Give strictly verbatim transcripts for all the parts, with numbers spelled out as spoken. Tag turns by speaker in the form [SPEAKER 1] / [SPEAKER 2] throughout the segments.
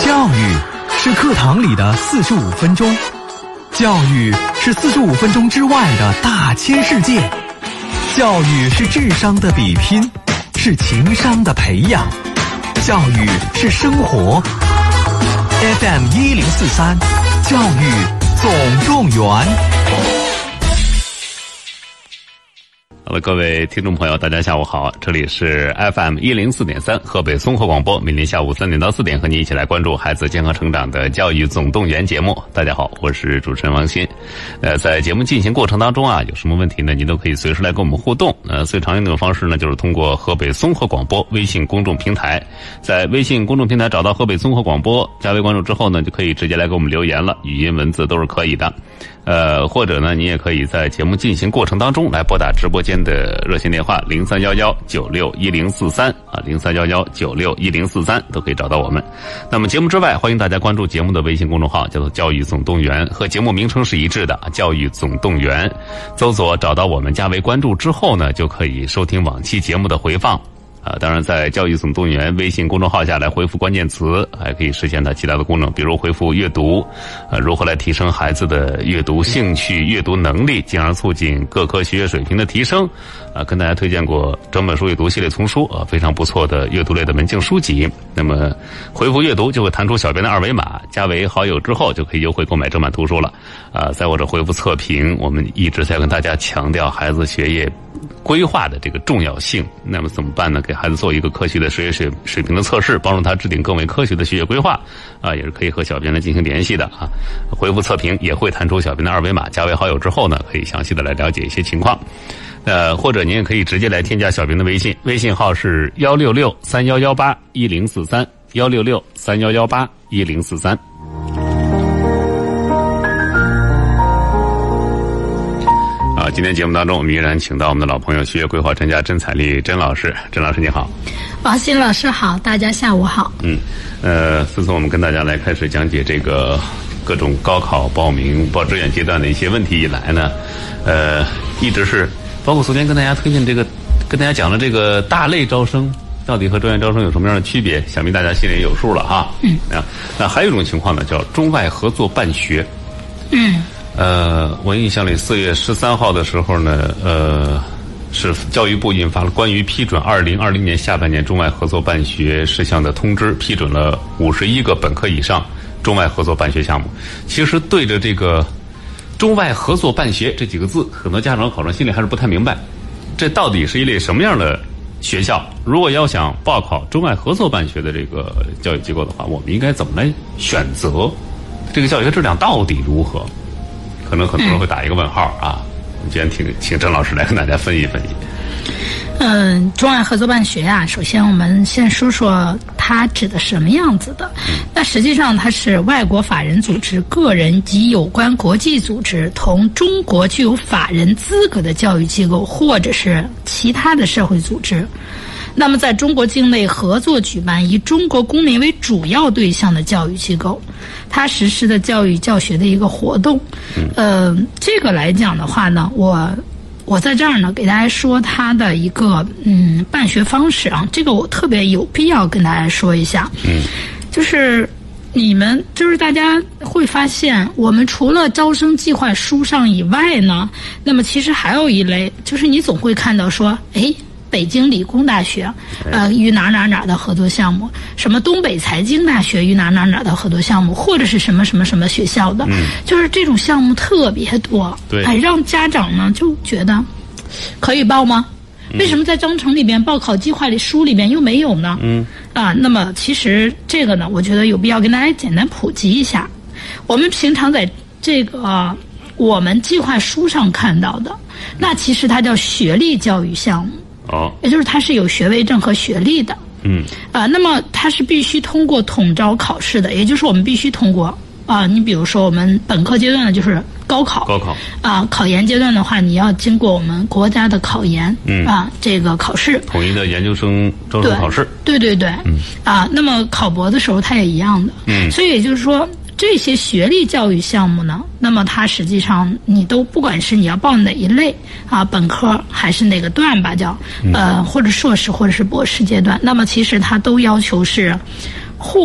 [SPEAKER 1] 教育是课堂里的四十五分钟，教育是四十五分钟之外的大千世界，教育是智商的比拼，是情商的培养，教育是生活。F M 一零四三，教育总动员。
[SPEAKER 2] 好了，各位听众朋友，大家下午好，这里是 F M 一零四点三河北综合广播，每天下午三点到四点和您一起来关注孩子健康成长的教育总动员节目。大家好，我是主持人王鑫。呃，在节目进行过程当中啊，有什么问题呢，您都可以随时来跟我们互动。呃，最常用的方式呢，就是通过河北综合广播微信公众平台，在微信公众平台找到河北综合广播，加微关注之后呢，就可以直接来给我们留言了，语音文字都是可以的。呃，或者呢，你也可以在节目进行过程当中来拨打直播间的热线电话零三幺幺九六一零四三啊，零三幺幺九六一零四三都可以找到我们。那么节目之外，欢迎大家关注节目的微信公众号，叫做教育总动员，和节目名称是一致的，教育总动员。搜索找到我们，加为关注之后呢，就可以收听往期节目的回放。啊，当然，在教育总动员微信公众号下来回复关键词，还可以实现它其他的功能，比如回复阅读，呃，如何来提升孩子的阅读兴趣、阅读能力，进而促进各科学业水平的提升。啊，跟大家推荐过整本书阅读系列丛书啊，非常不错的阅读类的门径书籍。那么回复阅读就会弹出小编的二维码，加为好友之后就可以优惠购买正版图书了。啊，在我这回复测评，我们一直在跟大家强调孩子学业规划的这个重要性。那么怎么办呢？给孩子做一个科学的学业水水平的测试，帮助他制定更为科学的学业规划啊，也是可以和小编来进行联系的啊。回复测评也会弹出小编的二维码，加为好友之后呢，可以详细的来了解一些情况。呃，或者您也可以直接来添加小编的微信，微信号是幺六六三幺幺八一零四三，幺六六三幺幺八一零四三。啊，今天节目当中，我们依然请到我们的老朋友学业规划专家甄彩丽甄老师。甄老师你好。
[SPEAKER 3] 王鑫老师好，大家下午好。
[SPEAKER 2] 嗯，呃，自从我们跟大家来开始讲解这个各种高考报名报志愿阶段的一些问题以来呢，呃，一直是包括昨天跟大家推荐这个，跟大家讲的这个大类招生到底和专业招生有什么样的区别，想必大家心里也有数了哈。嗯。啊，那还有一种情况呢，叫中外合作办学。
[SPEAKER 3] 嗯。
[SPEAKER 2] 呃，我印象里四月十三号的时候呢，呃，是教育部印发了关于批准二零二零年下半年中外合作办学事项的通知，批准了五十一个本科以上中外合作办学项目。其实对着这个中外合作办学这几个字，很多家长考生心里还是不太明白，这到底是一类什么样的学校？如果要想报考中外合作办学的这个教育机构的话，我们应该怎么来选择？这个教学质量到底如何？可能很多人会打一个问号啊！我们今天请请甄老师来跟大家分析分析。
[SPEAKER 3] 嗯、呃，中外合作办学啊，首先我们先说说它指的什么样子的。嗯、那实际上它是外国法人组织、个人及有关国际组织同中国具有法人资格的教育机构，或者是其他的社会组织。那么在中国境内合作举办以中国公民为主要对象的教育机构，它实施的教育教学的一个活动。呃，这个来讲的话呢，我我在这儿呢给大家说它的一个嗯办学方式啊，这个我特别有必要跟大家说一下。嗯，就是你们就是大家会发现，我们除了招生计划书上以外呢，那么其实还有一类，就是你总会看到说，哎。北京理工大学，呃，与哪哪哪的合作项目，什么东北财经大学与哪哪哪的合作项目，或者是什么什么什么学校的，嗯、就是这种项目特别多，
[SPEAKER 2] 对，
[SPEAKER 3] 哎，让家长呢就觉得可以报吗？为什么在章程里边、报考计划里、书里边又没有呢？嗯，啊，那么其实这个呢，我觉得有必要跟大家简单普及一下。我们平常在这个、呃、我们计划书上看到的，那其实它叫学历教育项目。哦，也就是它是有学位证和学历的，嗯，啊、呃，那么它是必须通过统招考试的，也就是我们必须通过啊、呃，你比如说我们本科阶段的就是高考，高考啊、呃，考研阶段的话，你要经过我们国家的考研，嗯啊，这个考试，
[SPEAKER 2] 统一的研究生招生考试，
[SPEAKER 3] 对对对，嗯啊，那么考博的时候它也一样的，嗯，所以也就是说。这些学历教育项目呢，那么它实际上你都不管是你要报哪一类啊，本科还是哪个段吧叫，呃或者硕士或者是博士阶段，那么其实它都要求是获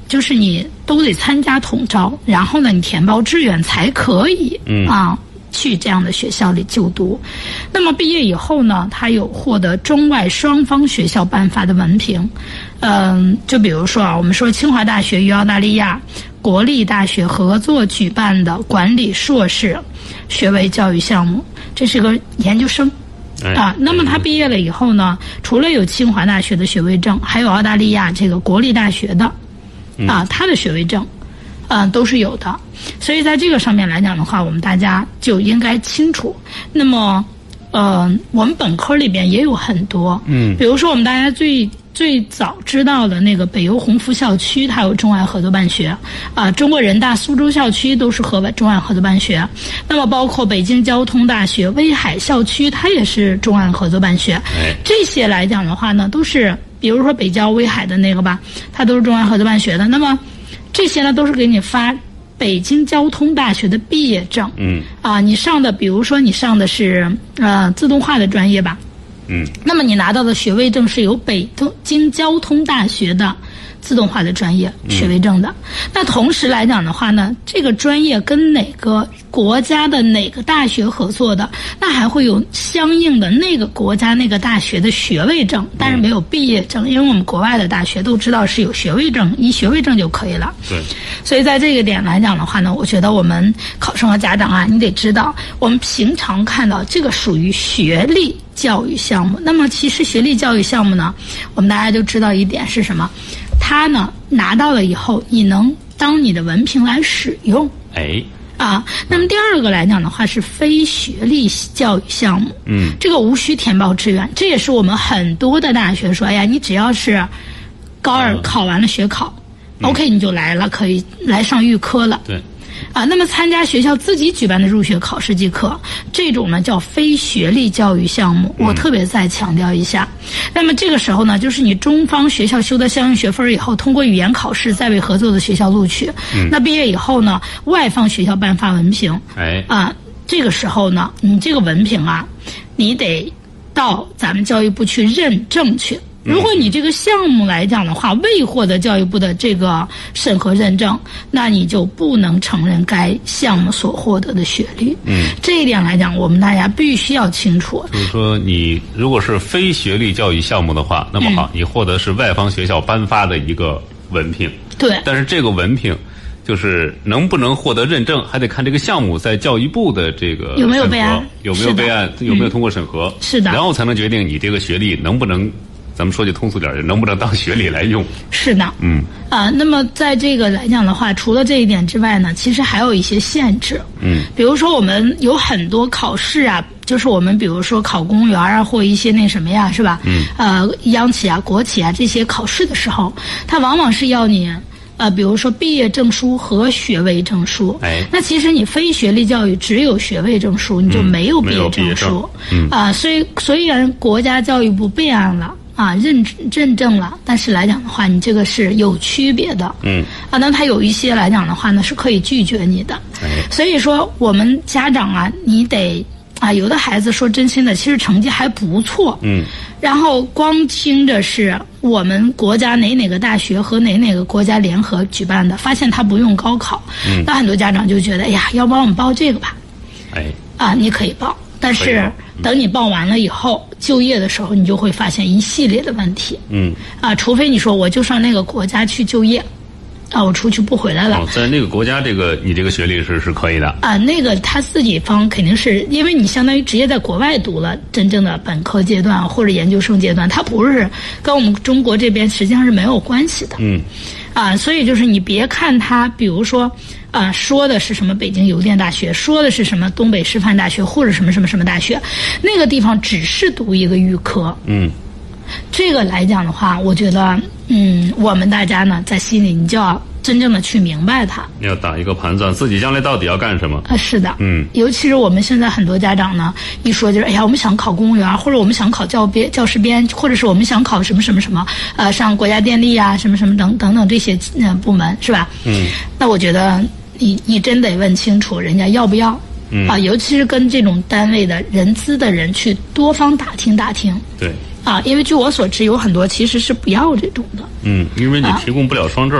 [SPEAKER 3] 就是你都得参加统招，然后呢，你填报志愿才可以，
[SPEAKER 2] 嗯
[SPEAKER 3] 啊。去这样的学校里就读，那么毕业以后呢，他有获得中外双方学校颁发的文凭，嗯，就比如说啊，我们说清华大学与澳大利亚国立大学合作举办的管理硕士学位教育项目，这是个研究生。啊，那么他毕业了以后呢，除了有清华大学的学位证，还有澳大利亚这个国立大学的，啊，他的学位证。嗯，都是有的，所以在这个上面来讲的话，我们大家就应该清楚。那么，呃，我们本科里边也有很多，嗯，比如说我们大家最最早知道的那个北邮鸿福校区，它有中外合作办学，啊、呃，中国人大苏州校区都是和中外合作办学。那么包括北京交通大学威海校区，它也是中外合作办学。这些来讲的话呢，都是比如说北交威海的那个吧，它都是中外合作办学的。那么这些呢，都是给你发北京交通大学的毕业证。嗯。啊，你上的，比如说你上的是呃自动化的专业吧。嗯。那么你拿到的学位证是由北京交通大学的自动化的专业学位证的。嗯、那同时来讲的话呢，这个专业跟哪个国家的哪个大学合作的，那还会有相应的那个国家那个大学的学位证，但是没有毕业证，因为我们国外的大学都知道是有学位证，一学位证就可以了。
[SPEAKER 2] 对。
[SPEAKER 3] 所以在这个点来讲的话呢，我觉得我们考生和家长啊，你得知道，我们平常看到这个属于学历教育项目。那么其实学历教育项目呢，我们大家就知道一点是什么？它呢拿到了以后，你能当你的文凭来使用。
[SPEAKER 2] 哎。
[SPEAKER 3] 啊，那么第二个来讲的话是非学历教育项目，嗯，这个无需填报志愿，这也是我们很多的大学说，哎呀，你只要是高二考完了学考、嗯、，OK 你就来了，可以来上预科了。
[SPEAKER 2] 对。
[SPEAKER 3] 啊，那么参加学校自己举办的入学考试即可，这种呢叫非学历教育项目，我特别再强调一下。嗯、那么这个时候呢，就是你中方学校修得相应学分以后，通过语言考试再为合作的学校录取。嗯、那毕业以后呢，外方学校颁发文凭。哎。啊，这个时候呢，你这个文凭啊，你得到咱们教育部去认证去。如果你这个项目来讲的话，未获得教育部的这个审核认证，那你就不能承认该项目所获得的学历。嗯，这一点来讲，我们大家必须要清楚。
[SPEAKER 2] 就是说，你如果是非学历教育项目的话，那么好，嗯、你获得是外方学校颁发的一个文凭。
[SPEAKER 3] 对。
[SPEAKER 2] 但是这个文凭，就是能不能获得认证，还得看这个项目在教育部的这个
[SPEAKER 3] 有没有备案，
[SPEAKER 2] 有没有备案，有没有通过审核。
[SPEAKER 3] 是的。
[SPEAKER 2] 然后才能决定你这个学历能不能。咱们说句通俗点，能不能当学历来用？
[SPEAKER 3] 是的，嗯啊，那么在这个来讲的话，除了这一点之外呢，其实还有一些限制，嗯，比如说我们有很多考试啊，就是我们比如说考公务员啊，或一些那什么呀，是吧？嗯，呃，央企啊、国企啊这些考试的时候，它往往是要你。呃，比如说毕业证书和学位证书，哎，那其实你非学历教育只有学位证书，你就没有毕业证书，嗯，啊、呃，所以虽然国家教育部备案了啊，认认证了，但是来讲的话，你这个是有区别的，嗯，啊，那它有一些来讲的话呢，是可以拒绝你的，哎，所以说我们家长啊，你得啊，有的孩子说真心的，其实成绩还不错，嗯。然后光听着是我们国家哪哪个大学和哪哪个国家联合举办的，发现他不用高考，嗯，那很多家长就觉得，哎呀，要不然我们报这个吧，哎，啊，你可以报，但是等你报完了以后，就业的时候你就会发现一系列的问题，嗯，啊，除非你说我就上那个国家去就业。啊，我出去不回来了。
[SPEAKER 2] 哦，在那个国家，这个你这个学历是是可以的。
[SPEAKER 3] 啊，那个他自己方肯定是因为你相当于直接在国外读了真正的本科阶段或者研究生阶段，他不是跟我们中国这边实际上是没有关系的。嗯。啊，所以就是你别看他，比如说啊，说的是什么北京邮电大学，说的是什么东北师范大学或者什么什么什么大学，那个地方只是读一个预科。嗯。这个来讲的话，我觉得，嗯，我们大家呢，在心里你就要真正的去明白它。
[SPEAKER 2] 你要打一个盘算，自己将来到底要干什么？
[SPEAKER 3] 啊，是的，嗯，尤其是我们现在很多家长呢，一说就是，哎呀，我们想考公务员，或者我们想考教编、教师编，或者是我们想考什么什么什么，呃，上国家电力啊，什么什么等等等这些呃部门，是吧？嗯，那我觉得你你真得问清楚人家要不要。嗯啊，尤其是跟这种单位的人资的人去多方打听打听。
[SPEAKER 2] 对。
[SPEAKER 3] 啊，因为据我所知，有很多其实是不要这种的。
[SPEAKER 2] 嗯，因为你提供不了双证。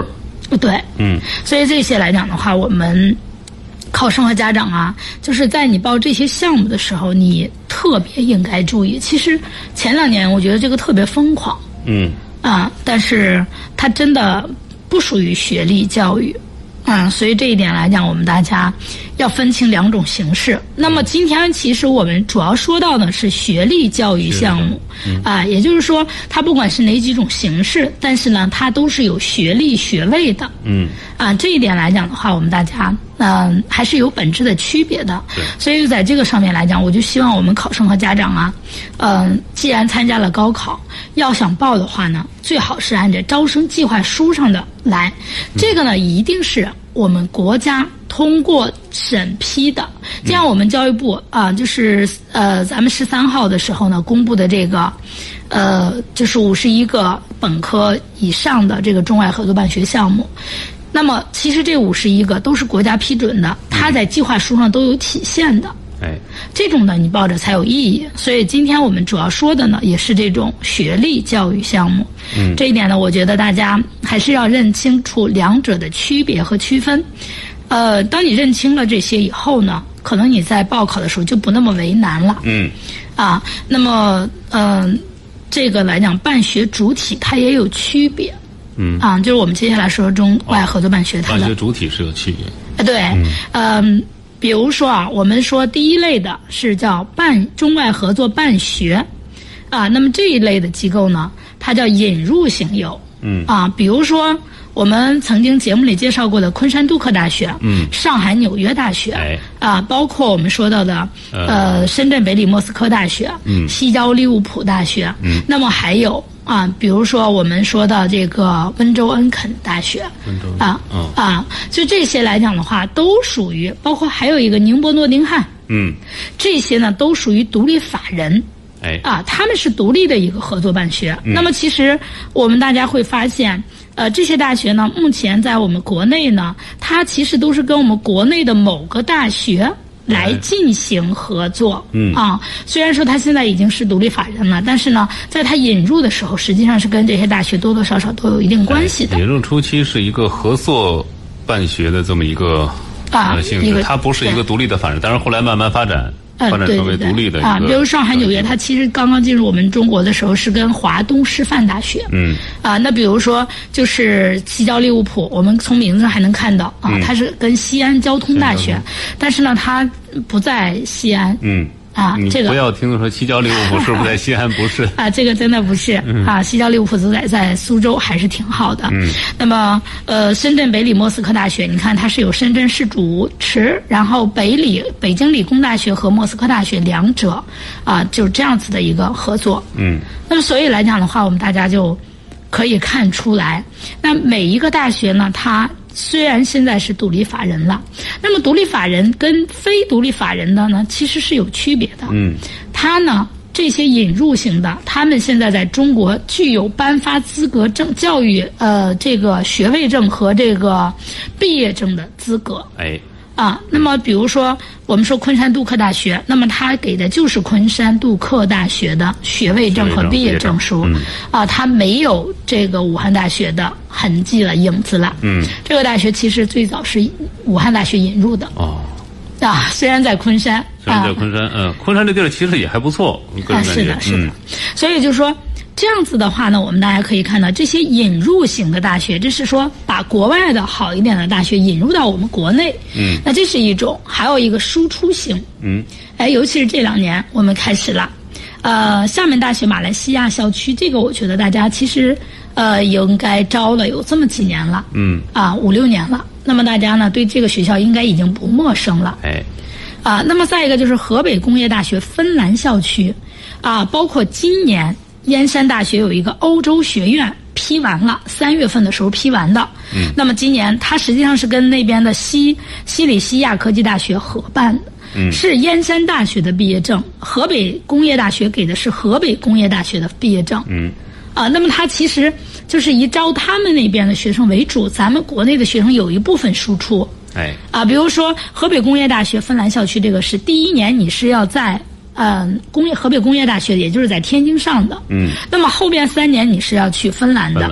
[SPEAKER 3] 对，
[SPEAKER 2] 嗯，
[SPEAKER 3] 所以这些来讲的话，我们考生和家长啊，就是在你报这些项目的时候，你特别应该注意。其实前两年我觉得这个特别疯狂，
[SPEAKER 2] 嗯
[SPEAKER 3] 啊，但是它真的不属于学历教育。啊，所以这一点来讲，我们大家要分清两种形式。那么今天其实我们主要说到的是学历教育项目，嗯、啊，也就是说，它不管是哪几种形式，但是呢，它都是有学历学位的。
[SPEAKER 2] 嗯，
[SPEAKER 3] 啊，这一点来讲的话，我们大家嗯、呃、还是有本质的区别的。
[SPEAKER 2] 对。
[SPEAKER 3] 所以在这个上面来讲，我就希望我们考生和家长啊，嗯、呃，既然参加了高考，要想报的话呢，最好是按照招生计划书上的来。这个呢，一定是我们国家通过审批的。这样，我们教育部啊、呃，就是呃，咱们十三号的时候呢，公布的这个，呃，就是五十一个本科以上的这个中外合作办学项目。那么，其实这五十一个都是国家批准的，它在计划书上都有体现的。
[SPEAKER 2] 哎，
[SPEAKER 3] 这种呢，你报着才有意义。所以今天我们主要说的呢，也是这种学历教育项目。
[SPEAKER 2] 嗯，
[SPEAKER 3] 这一点呢，我觉得大家还是要认清楚两者的区别和区分。呃，当你认清了这些以后呢，可能你在报考的时候就不那么为难了。
[SPEAKER 2] 嗯，
[SPEAKER 3] 啊，那么嗯、呃，这个来讲，办学主体它也有区别。
[SPEAKER 2] 嗯，
[SPEAKER 3] 啊，就是我们接下来说中外合作办学它的、
[SPEAKER 2] 办学主体是有区别。
[SPEAKER 3] 呃，对，嗯。呃比如说啊，我们说第一类的是叫办中外合作办学，啊，那么这一类的机构呢，它叫引入型有，
[SPEAKER 2] 嗯，
[SPEAKER 3] 啊，比如说我们曾经节目里介绍过的昆山杜克大学，
[SPEAKER 2] 嗯，
[SPEAKER 3] 上海纽约大学，
[SPEAKER 2] 哎，
[SPEAKER 3] 啊，包括我们说到的呃, 呃深圳北理莫斯科大学，
[SPEAKER 2] 嗯，
[SPEAKER 3] 西交利物浦大学，
[SPEAKER 2] 嗯，
[SPEAKER 3] 那么还有。啊，比如说我们说到这个温州恩肯大学，
[SPEAKER 2] 温州
[SPEAKER 3] 啊、
[SPEAKER 2] 嗯、
[SPEAKER 3] 啊，就这些来讲的话，都属于，包括还有一个宁波诺丁汉，
[SPEAKER 2] 嗯，
[SPEAKER 3] 这些呢都属于独立法人，
[SPEAKER 2] 哎，
[SPEAKER 3] 啊，他们是独立的一个合作办学。
[SPEAKER 2] 嗯、
[SPEAKER 3] 那么其实我们大家会发现，呃，这些大学呢，目前在我们国内呢，它其实都是跟我们国内的某个大学来进行合作，
[SPEAKER 2] 嗯
[SPEAKER 3] 啊，虽然说他现在已经是独立法人了，但是呢，在他引入的时候，实际上是跟这些大学多多少少都有一定关系的。
[SPEAKER 2] 引入初期是一个合作办学的这么一个
[SPEAKER 3] 啊
[SPEAKER 2] 呃性质，它不是一个独立的法人，但是后来慢慢发展。发展成为独立的一个、
[SPEAKER 3] 呃、啊，比如上海纽约，它其实刚刚进入我们中国的时候是跟华东师范大学，
[SPEAKER 2] 嗯，
[SPEAKER 3] 啊，那比如说就是西交利物浦，我们从名字上还能看到啊，
[SPEAKER 2] 嗯、
[SPEAKER 3] 它是跟西安交通大学，但是呢，它不在西安，
[SPEAKER 2] 嗯。
[SPEAKER 3] 啊，这个
[SPEAKER 2] 不要听说西交利物浦是不是在西安？不是
[SPEAKER 3] 啊，这个真的不是、嗯、啊。西交利物浦在在苏州还是挺好的。
[SPEAKER 2] 嗯，
[SPEAKER 3] 那么呃，深圳北理莫斯科大学，你看它是有深圳市主持，然后北理北京理工大学和莫斯科大学两者啊，就是这样子的一个合作。
[SPEAKER 2] 嗯，
[SPEAKER 3] 那么所以来讲的话，我们大家就可以看出来，那每一个大学呢，它虽然现在是独立法人了，那么独立法人跟非独立法人的呢，其实是有区别的。
[SPEAKER 2] 嗯，
[SPEAKER 3] 它呢，这些引入型的，他们现在在中国具有颁发资格证、教育呃这个学位证和这个毕业证的资格。
[SPEAKER 2] 哎。
[SPEAKER 3] 啊，那么比如说我们说昆山杜克大学，那么它给的就是昆山杜克大学的学位证和毕业证书，
[SPEAKER 2] 嗯、
[SPEAKER 3] 啊，它没有这个武汉大学的痕迹了、影子了。
[SPEAKER 2] 嗯，
[SPEAKER 3] 这个大学其实最早是武汉大学引入的。
[SPEAKER 2] 哦，
[SPEAKER 3] 啊，虽然在昆山，
[SPEAKER 2] 虽然在昆山，嗯、呃，昆山这地儿其实也还不错，个人感觉。
[SPEAKER 3] 啊，是的，是的。
[SPEAKER 2] 嗯、
[SPEAKER 3] 所以就是说。这样子的话呢，我们大家可以看到，这些引入型的大学，这是说把国外的好一点的大学引入到我们国内。
[SPEAKER 2] 嗯，
[SPEAKER 3] 那这是一种，还有一个输出型。
[SPEAKER 2] 嗯，
[SPEAKER 3] 哎，尤其是这两年我们开始了，呃，厦门大学马来西亚校区，这个我觉得大家其实呃应该招了有这么几年了。
[SPEAKER 2] 嗯，
[SPEAKER 3] 啊，五六年了。那么大家呢对这个学校应该已经不陌生了。
[SPEAKER 2] 哎，
[SPEAKER 3] 啊，那么再一个就是河北工业大学芬兰校区，啊，包括今年。燕山大学有一个欧洲学院批完了，三月份的时候批完的。
[SPEAKER 2] 嗯，
[SPEAKER 3] 那么今年它实际上是跟那边的西西里西亚科技大学合办的，
[SPEAKER 2] 嗯，
[SPEAKER 3] 是燕山大学的毕业证，河北工业大学给的是河北工业大学的毕业证。
[SPEAKER 2] 嗯，
[SPEAKER 3] 啊，那么它其实就是以招他们那边的学生为主，咱们国内的学生有一部分输出。
[SPEAKER 2] 哎，
[SPEAKER 3] 啊，比如说河北工业大学芬兰校区，这个是第一年你是要在。嗯，工业河北工业大学也就是在天津上的，
[SPEAKER 2] 嗯，
[SPEAKER 3] 那么后边三年你是要去芬兰的，芬兰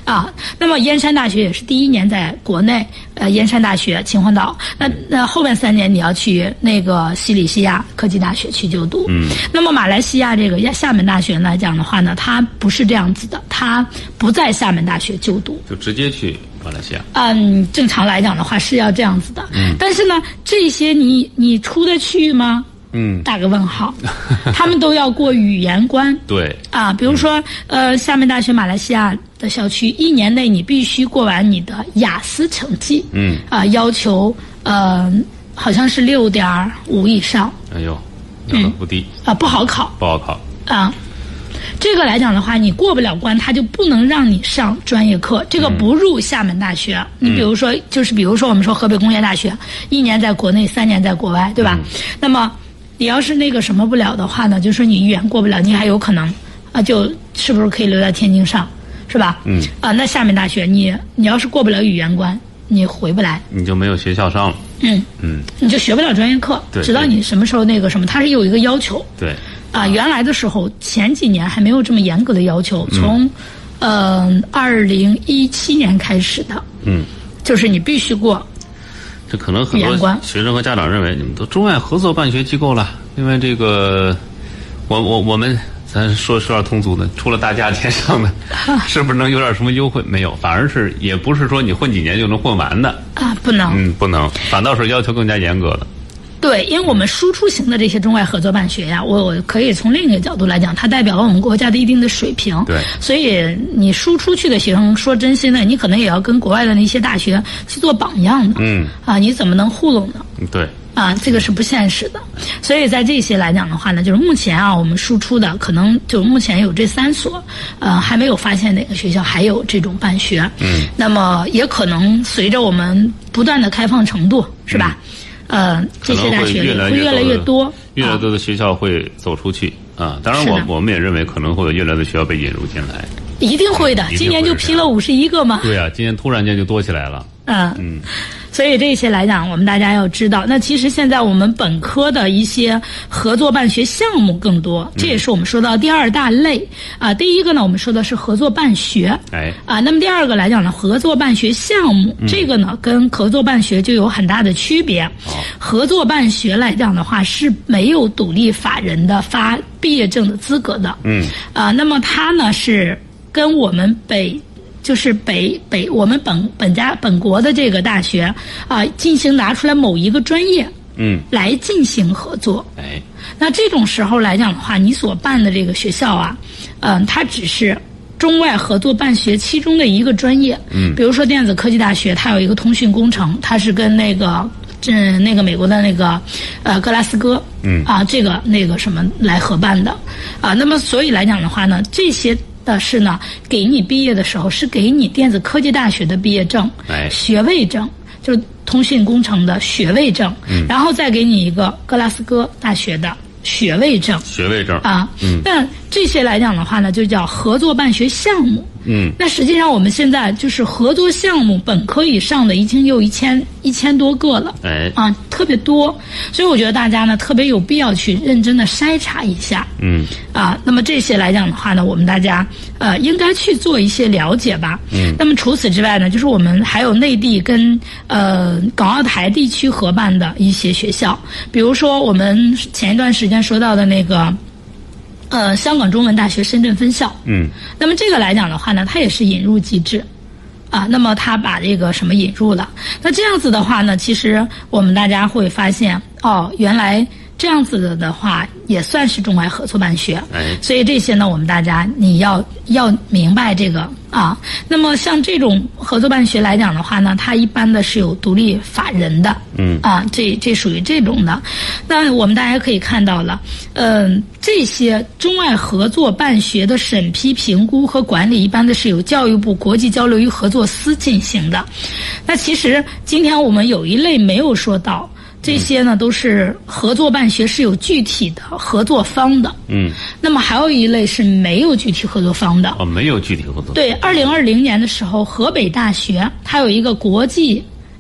[SPEAKER 3] 啊，那么燕山大学也是第一年在国内，呃，燕山大学秦皇岛。那那后面三年你要去那个西里西亚科技大学去就读。
[SPEAKER 2] 嗯。
[SPEAKER 3] 那么马来西亚这个厦门大学来讲的话呢，它不是这样子的，它不在厦门大学就读，
[SPEAKER 2] 就直接去马来西亚。
[SPEAKER 3] 嗯，正常来讲的话是要这样子的。
[SPEAKER 2] 嗯。
[SPEAKER 3] 但是呢，这些你你出得去吗？
[SPEAKER 2] 嗯，
[SPEAKER 3] 打个问号，他们都要过语言关。
[SPEAKER 2] 对
[SPEAKER 3] 啊，比如说，呃，厦门大学马来西亚的校区，一年内你必须过完你的雅思成绩。
[SPEAKER 2] 嗯，
[SPEAKER 3] 啊，要求呃，好像是六点五以上。
[SPEAKER 2] 哎呦，那很不低、
[SPEAKER 3] 嗯、啊，不好考，
[SPEAKER 2] 不好考
[SPEAKER 3] 啊。这个来讲的话，你过不了关，他就不能让你上专业课。这个不入厦门大学。嗯、你比如说，就是比如说我们说河北工业大学，一年在国内，三年在国外，对吧？嗯、那么你要是那个什么不了的话呢，就说你语言过不了，你还有可能啊，就是不是可以留在天津上，是吧？
[SPEAKER 2] 嗯。
[SPEAKER 3] 啊，那厦门大学你你要是过不了语言关，你回不来，
[SPEAKER 2] 你就没有学校上了。
[SPEAKER 3] 嗯
[SPEAKER 2] 嗯。
[SPEAKER 3] 你就学不了专业课，
[SPEAKER 2] 对，
[SPEAKER 3] 直到你什么时候那个什么，它是有一个要求。
[SPEAKER 2] 对。
[SPEAKER 3] 啊，原来的时候前几年还没有这么严格的要求，从，呃，二零一七年开始的。嗯。就是你必须过。
[SPEAKER 2] 这可能很多学生和家长认为你们都中外合作办学机构了，因为这个，我我我们咱说说点通俗的，除了大价钱上的，是不是能有点什么优惠？没有，反而是也不是说你混几年就能混完的
[SPEAKER 3] 啊，不能，
[SPEAKER 2] 嗯，不能，反倒是要求更加严格的。
[SPEAKER 3] 对，因为我们输出型的这些中外合作办学呀，我我可以从另一个角度来讲，它代表了我们国家的一定的水平。
[SPEAKER 2] 对，
[SPEAKER 3] 所以你输出去的学生，说真心的，你可能也要跟国外的那些大学去做榜样的。嗯，啊，你怎么能糊弄呢？
[SPEAKER 2] 对。
[SPEAKER 3] 啊，这个是不现实的。所以在这些来讲的话呢，就是目前啊，我们输出的可能就目前有这三所，呃，还没有发现哪个学校还有这种办学。嗯。那么也可能随着我们不断的开放程度，是吧？嗯呃，这些大学会越来越多，
[SPEAKER 2] 越来越多的学校会走出去啊。当然我，我我们也认为可能会有越来越多的学校被引入进来，
[SPEAKER 3] 一定会的。今年就批了五十一个嘛。
[SPEAKER 2] 对啊，今年突然间就多起来了。
[SPEAKER 3] 嗯嗯。所以这些来讲，我们大家要知道，那其实现在我们本科的一些合作办学项目更多，这也是我们说到第二大类啊。第一个呢，我们说的是合作办学，
[SPEAKER 2] 哎
[SPEAKER 3] 啊，那么第二个来讲呢，合作办学项目，这个呢跟合作办学就有很大的区别。合作办学来讲的话是没有独立法人的发毕业证的资格的，嗯啊，那么它呢是跟我们北。就是北北我们本本家本国的这个大学啊、呃，进行拿出来某一个专业，嗯，来进行合作。哎，那这种时候来讲的话，你所办的这个学校啊，嗯、呃，它只是中外合作办学其中的一个专业。嗯，比如说电子科技大学，它有一个通讯工程，它是跟那个嗯那个美国的那个呃格拉斯哥，嗯啊这个那个什么来合办的啊。那么所以来讲的话呢，这些。的是呢，给你毕业的时候是给你电子科技大学的毕业证、哎、学位证，就是通讯工程的学位证，嗯，然后再给你一个格拉斯哥大学的学位证，
[SPEAKER 2] 学位证
[SPEAKER 3] 啊，嗯，那这些来讲的话呢，就叫合作办学项目。
[SPEAKER 2] 嗯，
[SPEAKER 3] 那实际上我们现在就是合作项目本科以上的已经有一千一千多个了，
[SPEAKER 2] 哎，
[SPEAKER 3] 啊，特别多，所以我觉得大家呢特别有必要去认真的筛查一下，
[SPEAKER 2] 嗯，
[SPEAKER 3] 啊，那么这些来讲的话呢，我们大家呃应该去做一些了解吧，嗯，那么除此之外呢，就是我们还有内地跟呃港澳台地区合办的一些学校，比如说我们前一段时间说到的那个。呃，香港中文大学深圳分校，嗯，那么这个来讲的话呢，它也是引入机制，啊，那么它把这个什么引入了，那这样子的话呢，其实我们大家会发现，哦，原来这样子的的话也算是中外合作办学，
[SPEAKER 2] 哎，
[SPEAKER 3] 所以这些呢，我们大家你要要明白这个啊。那么像这种合作办学来讲的话呢，它一般的是有独立法人的，嗯，啊，这这属于这种的。那我们大家可以看到了，嗯、呃，这些中外合作办学的审批、评估和管理，一般的是由教育部国际交流与合作司进行的。那其实今天我们有一类没有说到。这些呢都是合作办学是有具体的合作方的，嗯，那么还有一类是没有具体合作方的。
[SPEAKER 2] 哦，没有具体合作方。
[SPEAKER 3] 对，二零二零年的时候，河北大学它有一个国际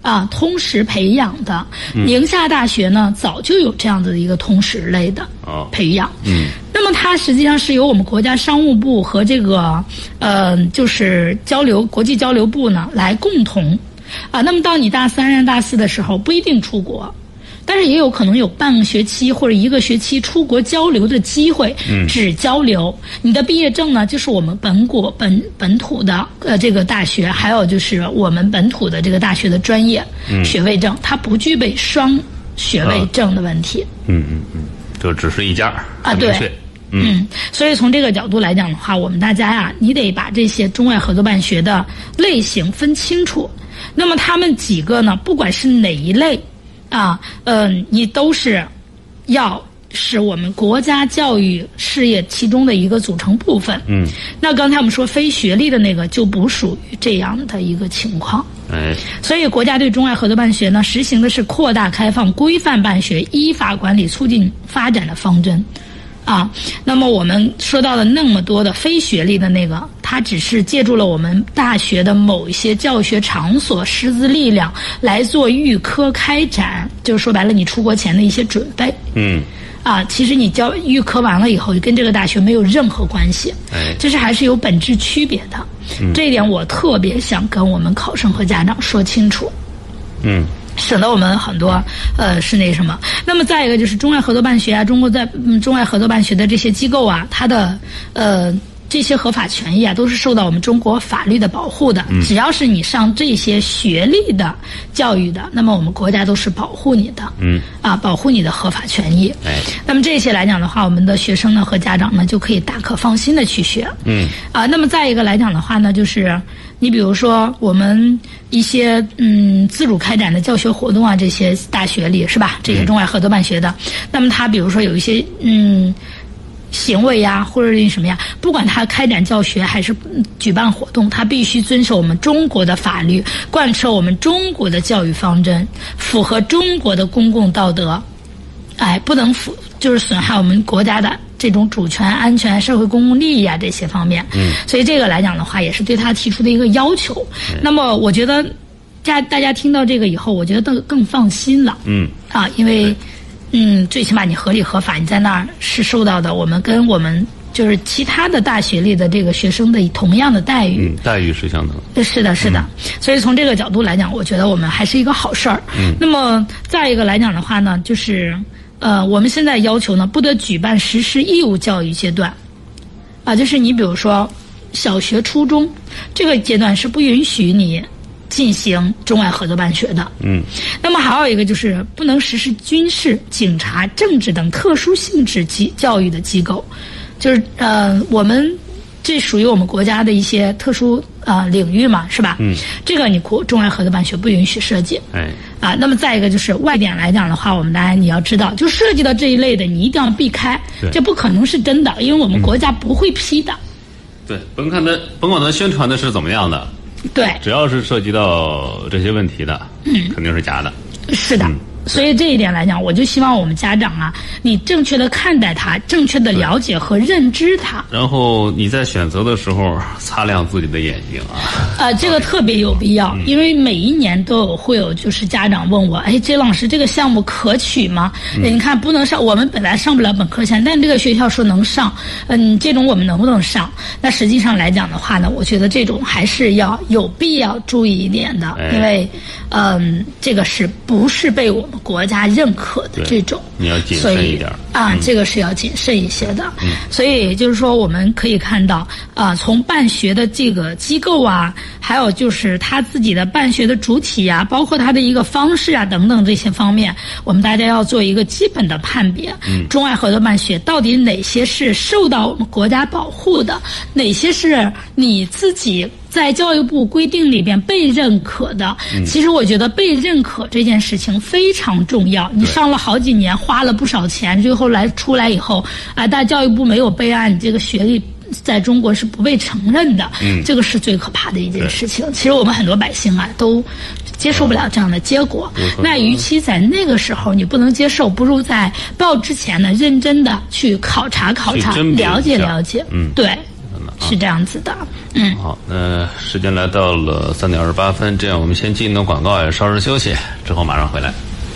[SPEAKER 3] 啊通识培养的。宁夏大学呢早就有这样子的一个通识类的培养。
[SPEAKER 2] 嗯，
[SPEAKER 3] 那么它实际上是由我们国家商务部和这个呃就是交流国际交流部呢来共同啊。那么到你大三、大四的时候不一定出国。但是也有可能有半个学期或者一个学期出国交流的机会，嗯，只交流。你的毕业证呢，就是我们本国本本土的呃这个大学，还有就是我们本土的这个大学的专业、嗯、学位证，它不具备双学位证的问题。
[SPEAKER 2] 嗯嗯嗯，就只是一家
[SPEAKER 3] 啊，对。
[SPEAKER 2] 嗯,
[SPEAKER 3] 嗯，所以从这个角度来讲的话，我们大家呀，你得把这些中外合作办学的类型分清楚。那么他们几个呢，不管是哪一类。啊，嗯，你都是要是我们国家教育事业其中的一个组成部分。
[SPEAKER 2] 嗯，
[SPEAKER 3] 那刚才我们说非学历的那个就不属于这样的一个情况。
[SPEAKER 2] 哎，
[SPEAKER 3] 所以国家对中外合作办学呢，实行的是扩大开放、规范办学、依法管理、促进发展的方针。啊，那么我们说到了那么多的非学历的那个，它只是借助了我们大学的某一些教学场所、师资力量来做预科开展，就是说白了，你出国前的一些准备。
[SPEAKER 2] 嗯。
[SPEAKER 3] 啊，其实你教预科完了以后，跟这个大学没有任何关系。
[SPEAKER 2] 哎，
[SPEAKER 3] 这是还是有本质区别的。嗯，这一点我特别想跟我们考生和家长说清楚。
[SPEAKER 2] 嗯。
[SPEAKER 3] 省得我们很多呃是那什么。那么再一个就是中外合作办学啊，中国在嗯中外合作办学的这些机构啊，它的呃这些合法权益啊，都是受到我们中国法律的保护的。嗯，只要是你上这些学历的教育的，那么我们国家都是保护你的。
[SPEAKER 2] 嗯，
[SPEAKER 3] 啊，保护你的合法权益。
[SPEAKER 2] 哎，
[SPEAKER 3] 那么这些来讲的话，我们的学生呢和家长呢就可以大可放心的去学。
[SPEAKER 2] 嗯，
[SPEAKER 3] 啊，那么再一个来讲的话呢，就是你比如说我们一些嗯自主开展的教学活动啊，这些大学里是吧？这些中外合作办学的，嗯、那么他比如说有一些嗯行为呀，或者是什么呀，不管他开展教学还是举办活动，他必须遵守我们中国的法律，贯彻我们中国的教育方针，符合中国的公共道德，哎，不能符就是损害我们国家的这种主权、安全、社会公共利益啊这些方面。
[SPEAKER 2] 嗯，
[SPEAKER 3] 所以这个来讲的话，也是对他提出的一个要求。
[SPEAKER 2] 嗯、
[SPEAKER 3] 那么我觉得，大大家听到这个以后，我觉得更更放心了。
[SPEAKER 2] 嗯，
[SPEAKER 3] 啊，因为。嗯，最起码你合理合法，你在那儿是受到的我们跟我们就是其他的大学里的这个学生的同样的待遇。
[SPEAKER 2] 嗯，待遇是相等。
[SPEAKER 3] 是的，是的。嗯、所以从这个角度来讲，我觉得我们还是一个好事儿。
[SPEAKER 2] 嗯。
[SPEAKER 3] 那么再一个来讲的话呢，就是呃，我们现在要求呢，不得举办实施义务教育阶段，啊，就是你比如说小学、初中这个阶段是不允许你进行中外合作办学的。
[SPEAKER 2] 嗯，
[SPEAKER 3] 那么还有一个就是不能实施军事、警察、政治等特殊性质机教育的机构，就是呃，我们这属于我们国家的一些特殊啊、呃、领域嘛，是吧？
[SPEAKER 2] 嗯，
[SPEAKER 3] 这个你国中外合作办学不允许涉及。
[SPEAKER 2] 哎，
[SPEAKER 3] 啊，那么再一个就是外点来讲的话，我们大家你要知道，就涉及到这一类的，你一定要避开，这不可能是真的，因为我们国家不会批的。
[SPEAKER 2] 嗯、对，甭看他，甭管他宣传的是怎么样的。
[SPEAKER 3] 对，
[SPEAKER 2] 只要是涉及到这些问题的，
[SPEAKER 3] 嗯，
[SPEAKER 2] 肯定是假的。
[SPEAKER 3] 是的。嗯，所以这一点来讲，我就希望我们家长啊，你正确的看待它，正确的了解和认知它。
[SPEAKER 2] 然后你在选择的时候擦亮自己的眼睛啊。
[SPEAKER 3] 呃，这个特别有必要，嗯、因为每一年都有会有就是家长问我，哎，这老师这个项目可取吗？嗯、你看不能上，我们本来上不了本科线，但这个学校说能上，嗯，这种我们能不能上？那实际上来讲的话呢，我觉得这种还是要有必要注意一点的，
[SPEAKER 2] 哎、
[SPEAKER 3] 因为嗯，这个是不是被我们国家认可的这种，
[SPEAKER 2] 你要谨慎一点
[SPEAKER 3] 啊、
[SPEAKER 2] 嗯，
[SPEAKER 3] 这个是要谨慎一些的。
[SPEAKER 2] 嗯，
[SPEAKER 3] 所以就是说，我们可以看到啊、呃，从办学的这个机构啊，还有就是他自己的办学的主体啊，包括他的一个方式啊等等这些方面，我们大家要做一个基本的判别。
[SPEAKER 2] 嗯，
[SPEAKER 3] 中外合作办学到底哪些是受到我们国家保护的，哪些是你自己在教育部规定里边被认可的。
[SPEAKER 2] 嗯、
[SPEAKER 3] 其实我觉得被认可这件事情非常重要。你上了好几年，花了不少钱，最后来出来以后，啊，但教育部没有备案，你这个学历在中国是不被承认的。
[SPEAKER 2] 嗯，
[SPEAKER 3] 这个是最可怕的一件事情。其实我们很多百姓啊都接受不了这样的结果。
[SPEAKER 2] 嗯、
[SPEAKER 3] 那与其在那个时候你不能接受，不如在报之前呢认真的去考察考察，了解了解。
[SPEAKER 2] 嗯，
[SPEAKER 3] 对。
[SPEAKER 2] 的、啊。
[SPEAKER 3] 是这样子的，嗯。
[SPEAKER 2] 好，那时间来到了三点二十八分，这样我们先进一段广告，也稍事休息，之后马上回来。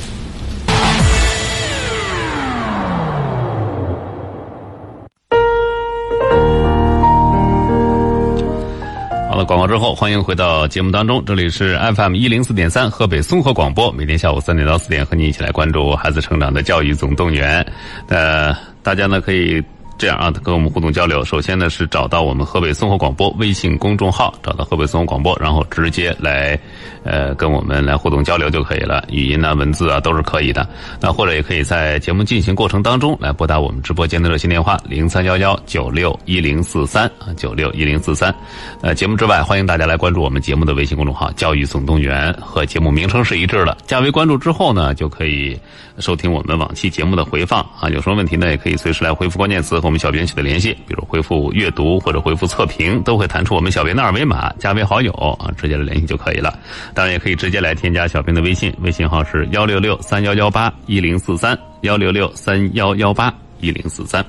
[SPEAKER 2] 好了，广告之后，欢迎回到节目当中，这里是 F M 一零四点三河北综合广播，每天下午三点到四点和你一起来关注孩子成长的教育总动员。呃，大家呢可以这样啊，跟我们互动交流。首先呢是找到我们河北综合广播微信公众号，找到河北综合广播，然后直接来呃跟我们来互动交流就可以了，语音啊、文字啊都是可以的。那或者也可以在节目进行过程当中来拨打我们直播间的热线电话零三幺幺九六一零四三啊九六一零四三。呃，节目之外，欢迎大家来关注我们节目的微信公众号“教育总动员”，和节目名称是一致的。加为关注之后呢，就可以收听我们往期节目的回放啊。有什么问题呢，也可以随时来回复关键词和我们小编取得联系，比如回复阅读或者回复测评，都会弹出我们小编的二维码，加为好友啊，直接来联系就可以了。当然也可以直接来添加小编的微信，微信号是幺六六三幺幺八一零四三幺六六三幺幺八一零四三。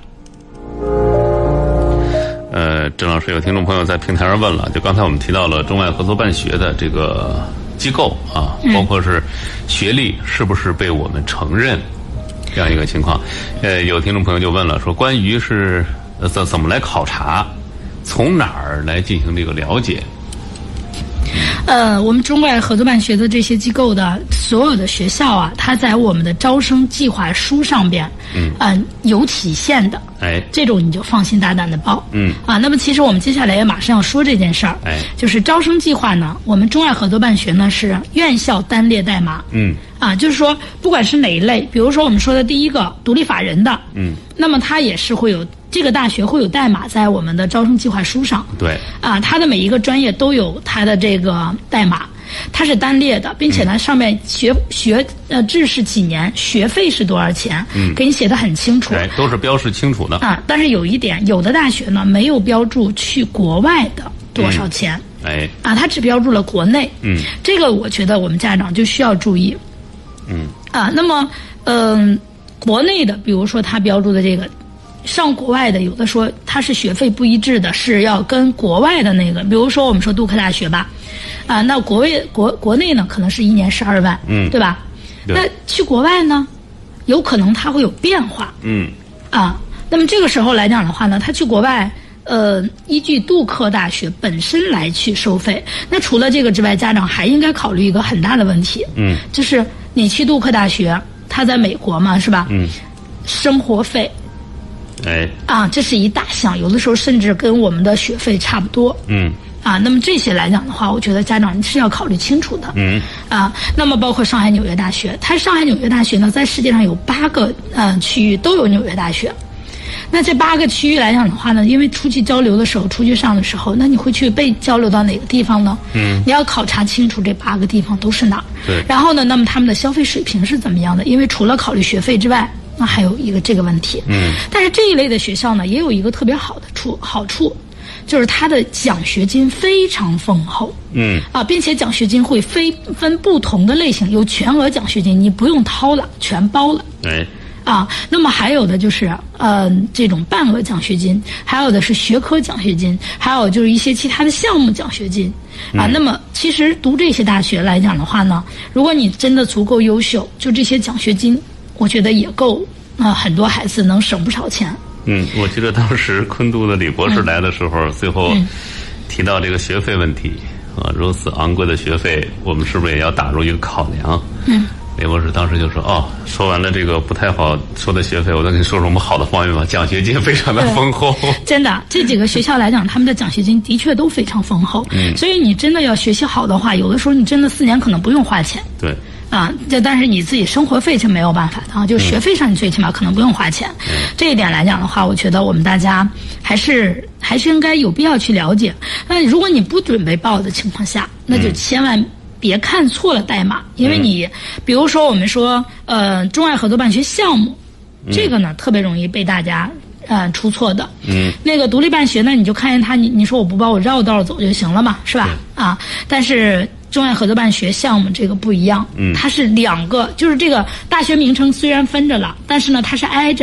[SPEAKER 2] 呃，郑老师，有听众朋友在平台上问了，就刚才我们提到了中外合作办学的这个机构啊，包括是学历是不是被我们承认这样一个情况。呃，有听众朋友就问了，说关于是呃怎怎么来考察，从哪儿来进行这个了解？
[SPEAKER 3] 呃，我们中外合作办学的这些机构的所有的学校啊，它在我们的招生计划书上边，嗯，呃，有体现的，哎，这种你就放心大胆的报，嗯，啊，那么其实我们接下来也马上要说这件事儿，哎，就是招生计划呢，我们中外合作办学呢是院校单列代码，嗯，啊，就是说不管是哪一类，比如说我们说的第一个独立法人的，嗯，那么它也是会有。这个大学会有代码在我们的招生计划书上，对，啊，它的每一个专业都有它的这个代码，它是单列的，并且呢，上面学学呃制是几年，学费是多少钱，嗯，给你写得很清楚，对，
[SPEAKER 2] 都是标示清楚的
[SPEAKER 3] 啊。但是有一点，有的大学呢没有标注去国外的多少钱，嗯、哎，啊，它只标注了国内，嗯，这个我觉得我们家长就需要注意，嗯，啊，那么嗯、呃，国内的，比如说它标注的这个。上国外的有的说它是学费不一致的，是要跟国外的那个，比如说我们说杜克大学吧，啊，那国外国国内呢可能是一年十二万，嗯，对吧？对。那去国外呢，有可能它会有变化，嗯，啊，那么这个时候来讲的话呢，他去国外，呃，依据杜克大学本身来去收费。那除了这个之外，家长还应该考虑一个很大的问题，嗯，就是你去杜克大学，他在美国嘛，是吧？嗯，生活费。哎，啊，这是一大项，有的时候甚至跟我们的学费差不多。嗯，啊，那么这些来讲的话，我觉得家长是要考虑清楚的。嗯，啊，那么包括上海纽约大学，它上海纽约大学呢，在世界上有八个呃区域都有纽约大学。那这八个区域来讲的话呢，因为出去交流的时候，出去上的时候，那你会去被交流到哪个地方呢？嗯，你要考察清楚这八个地方都是哪儿。对。然后呢，那么他们的消费水平是怎么样的？因为除了考虑学费之外，那还有一个这个问题，嗯，但是这一类的学校呢，也有一个特别好的处好处，就是它的奖学金非常丰厚，嗯，啊，并且奖学金会非分不同的类型，有全额奖学金，你不用掏了，全包了，哎，啊，那么还有的就是呃这种半额奖学金，还有的是学科奖学金，还有就是一些其他的项目奖学金，啊，那么其实读这些大学来讲的话呢，如果你真的足够优秀，就这些奖学金。我觉得也够啊、呃，很多孩子能省不少钱。
[SPEAKER 2] 嗯，我记得当时昆都的李博士来的时候，嗯、最后提到这个学费问题啊，如此昂贵的学费，我们是不是也要打入一个考量？嗯，李博士当时就说：“哦，说完了这个不太好说的学费，我再跟你说说我们好的方面吧。奖学金非常的丰厚，
[SPEAKER 3] 真的，这几个学校来讲，他们的奖学金的确都非常丰厚。嗯，所以你真的要学习好的话，有的时候你真的四年可能不用花钱。对。”啊，这但是你自己生活费是没有办法的啊，就学费上你最起码可能不用花钱。嗯、这一点来讲的话，我觉得我们大家还是还是应该有必要去了解。那如果你不准备报的情况下，那就千万别看错了代码，因为你比如说我们说呃中外合作办学项目，这个呢特别容易被大家呃出错的。嗯，那个独立办学呢，你就看见他，你你说我不报，我绕道走就行了嘛，是吧？啊，但是。中外合作办学项目这个不一样，嗯，它是两个，就是这个大学名称虽然分着了，但是呢它是挨着的，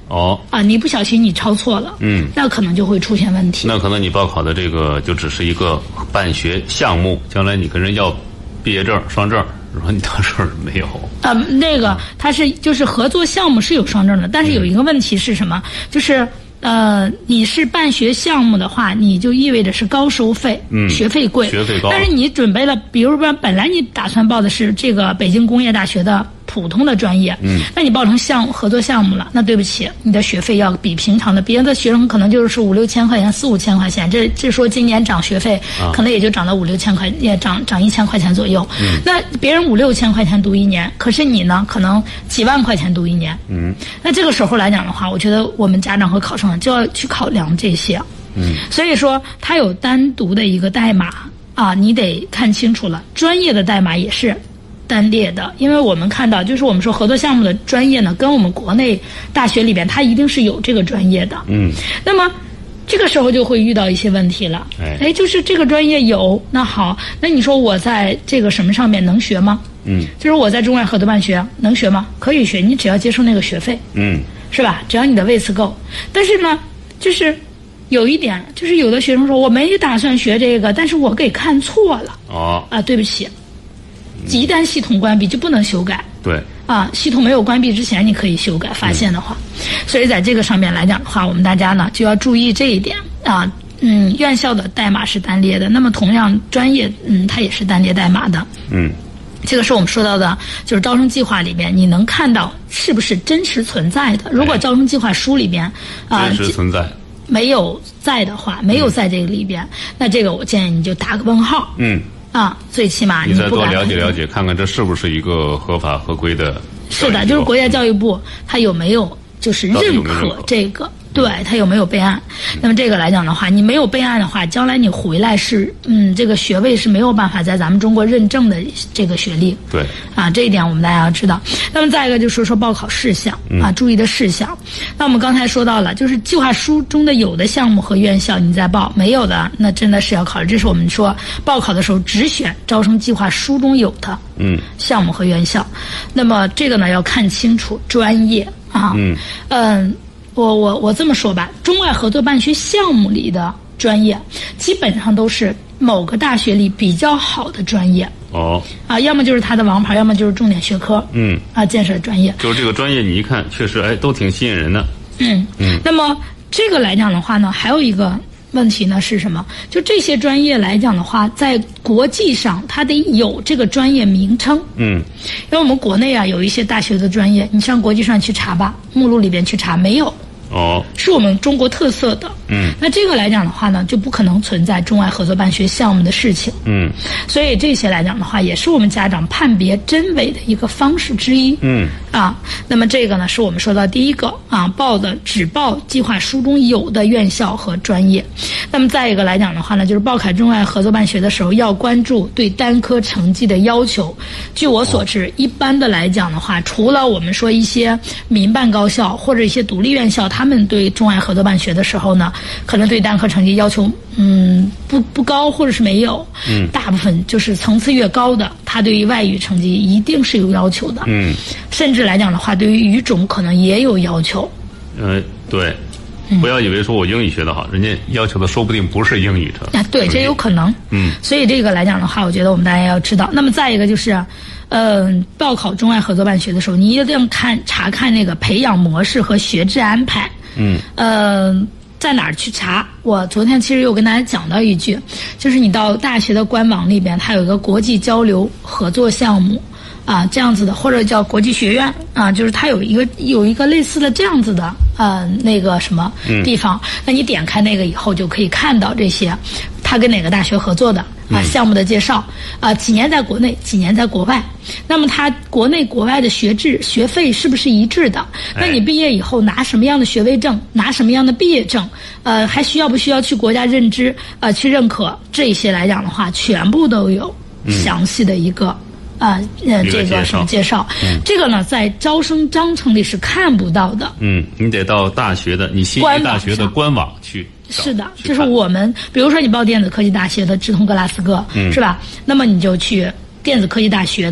[SPEAKER 2] 哦，
[SPEAKER 3] 啊，你不小心你抄错了，
[SPEAKER 2] 嗯，
[SPEAKER 3] 那可能就会出现问题。
[SPEAKER 2] 那可能你报考的这个就只是一个办学项目，将来你跟人要毕业证、双证，然后你到时候没有。
[SPEAKER 3] 呃，那个它是就是合作项目是有双证的，但是有一个问题是什么？就是呃，你是办学项目的话，你就意味着是高收费，
[SPEAKER 2] 嗯，
[SPEAKER 3] 学费贵，
[SPEAKER 2] 学费高。
[SPEAKER 3] 但是你准备了，比如说本来你打算报的是这个北京工业大学的普通的专业，
[SPEAKER 2] 嗯，
[SPEAKER 3] 那你报成项目合作项目了，那对不起，你的学费要比平常的别的学生可能就是五六千块钱、四五千块钱，这这说今年涨学费，
[SPEAKER 2] 啊、
[SPEAKER 3] 可能也就涨到五六千块，也涨涨一千块钱左右。
[SPEAKER 2] 嗯，
[SPEAKER 3] 那别人五六千块钱读一年，可是你呢，可能几万块钱读一年。
[SPEAKER 2] 嗯，
[SPEAKER 3] 那这个时候来讲的话，我觉得我们家长和考生就要去考量这些。
[SPEAKER 2] 嗯，
[SPEAKER 3] 所以说它有单独的一个代码啊，你得看清楚了，专业的代码也是单列的，因为我们看到，就是我们说合作项目的专业呢，跟我们国内大学里边，它一定是有这个专业的。
[SPEAKER 2] 嗯，
[SPEAKER 3] 那么这个时候就会遇到一些问题了。
[SPEAKER 2] 哎，
[SPEAKER 3] 哎，就是这个专业有，那好，那你说我在这个什么上面能学吗？
[SPEAKER 2] 嗯，
[SPEAKER 3] 就是我在中外合作办学能学吗？可以学，你只要接受那个学费。
[SPEAKER 2] 嗯，
[SPEAKER 3] 是吧？只要你的位次够。但是呢，就是有一点，就是有的学生说我没打算学这个，但是我给看错了。
[SPEAKER 2] 哦，
[SPEAKER 3] 啊，对不起。一旦系统关闭就不能修改。
[SPEAKER 2] 对。
[SPEAKER 3] 啊，系统没有关闭之前你可以修改，发现的话。嗯、所以在这个上面来讲的话，我们大家呢就要注意这一点啊。嗯，院校的代码是单列的，那么同样专业，嗯，它也是单列代码的。
[SPEAKER 2] 嗯。
[SPEAKER 3] 这个是我们说到的，就是招生计划里边，你能看到是不是真实存在的。如果招生计划书里边啊、
[SPEAKER 2] 哎、真实存在、呃、
[SPEAKER 3] 没有在的话，没有在这个里边，嗯、那这个我建议你就打个问号。
[SPEAKER 2] 嗯。
[SPEAKER 3] 啊，最起码
[SPEAKER 2] 你再多了解
[SPEAKER 3] 了
[SPEAKER 2] 解，看看这是不是一个合法合规的。
[SPEAKER 3] 是的，就是国家教育部它有没有就是认可这个。对，他有没有备案？那么这个来讲的话，你没有备案的话，将来你回来是，嗯，这个学位是没有办法在咱们中国认证的这个学历。
[SPEAKER 2] 对。啊，
[SPEAKER 3] 这一点我们大家要知道。那么再一个就是说报考事项啊，注意的事项。那我们刚才说到了，就是计划书中的有的项目和院校你再报，没有的那真的是要考虑。这是我们说报考的时候只选招生计划书中有的嗯项目和院校。那么这个呢要看清楚专业啊。嗯。嗯。我我我这么说吧，中外合作办学项目里的专业，基本上都是某个大学里比较好的专业。
[SPEAKER 2] 哦。
[SPEAKER 3] 啊，要么就是它的王牌，要么就是重点学科。
[SPEAKER 2] 嗯。
[SPEAKER 3] 啊，建设专业。
[SPEAKER 2] 就是这个专业，你一看确实，哎，都挺吸引人的。
[SPEAKER 3] 嗯嗯。那么这个来讲的话呢，还有一个问题呢是什么？就这些专业来讲的话，在国际上它得有这个专业名称。
[SPEAKER 2] 嗯。
[SPEAKER 3] 因为我们国内啊有一些大学的专业，你上国际上去查吧，目录里边去查没有。
[SPEAKER 2] 哦，
[SPEAKER 3] 是我们中国特色的。
[SPEAKER 2] 嗯，
[SPEAKER 3] 那这个来讲的话呢，就不可能存在中外合作办学项目的事情。
[SPEAKER 2] 嗯，
[SPEAKER 3] 所以这些来讲的话，也是我们家长判别真伪的一个方式之一。
[SPEAKER 2] 嗯，
[SPEAKER 3] 啊，那么这个呢，是我们说到第一个啊，报的只报计划书中有的院校和专业。那么再一个来讲的话呢，就是报考中外合作办学的时候，要关注对单科成绩的要求。据我所知，哦、一般的来讲的话，除了我们说一些民办高校或者一些独立院校，他们对中外合作办学的时候呢，可能对单科成绩要求嗯不不高，或者是没有。
[SPEAKER 2] 嗯，
[SPEAKER 3] 大部分就是层次越高的，他对于外语成绩一定是有要求的。
[SPEAKER 2] 嗯，
[SPEAKER 3] 甚至来讲的话，对于语种可能也有要求。
[SPEAKER 2] 呃，对。不要以为说我英语学得好，人家要求的说不定不是英语的。
[SPEAKER 3] 啊，对，这有可能。
[SPEAKER 2] 嗯，
[SPEAKER 3] 所以这个来讲的话，我觉得我们大家要知道。那么再一个就是，嗯、呃，报考中外合作办学的时候，你一定看查看那个培养模式和学制安排。
[SPEAKER 2] 嗯，
[SPEAKER 3] 呃，在哪儿去查？我昨天其实有跟大家讲到一句，就是你到大学的官网里边，它有一个国际交流合作项目。啊，这样子的，或者叫国际学院啊，就是它有一个有一个类似的这样子的呃那个什么地方，嗯、那你点开那个以后就可以看到这些，它跟哪个大学合作的啊项目的介绍啊，几年在国内，几年在国外，那么它国内国外的学制学费是不是一致的？那你毕业以后拿什么样的学位证，拿什么样的毕业证，呃，还需要不需要去国家认知呃去认可？这些来讲的话，全部都有详细的一个。嗯啊，呃，这个什么介绍？
[SPEAKER 2] 嗯，
[SPEAKER 3] 这个呢，在招生章程里是看不到的。
[SPEAKER 2] 嗯，你得到大学的，你心仪大学的官网去。
[SPEAKER 3] 是的，就是我们，比如说你报电子科技大学的直通格拉斯哥，嗯，是吧？那么你就去电子科技大学的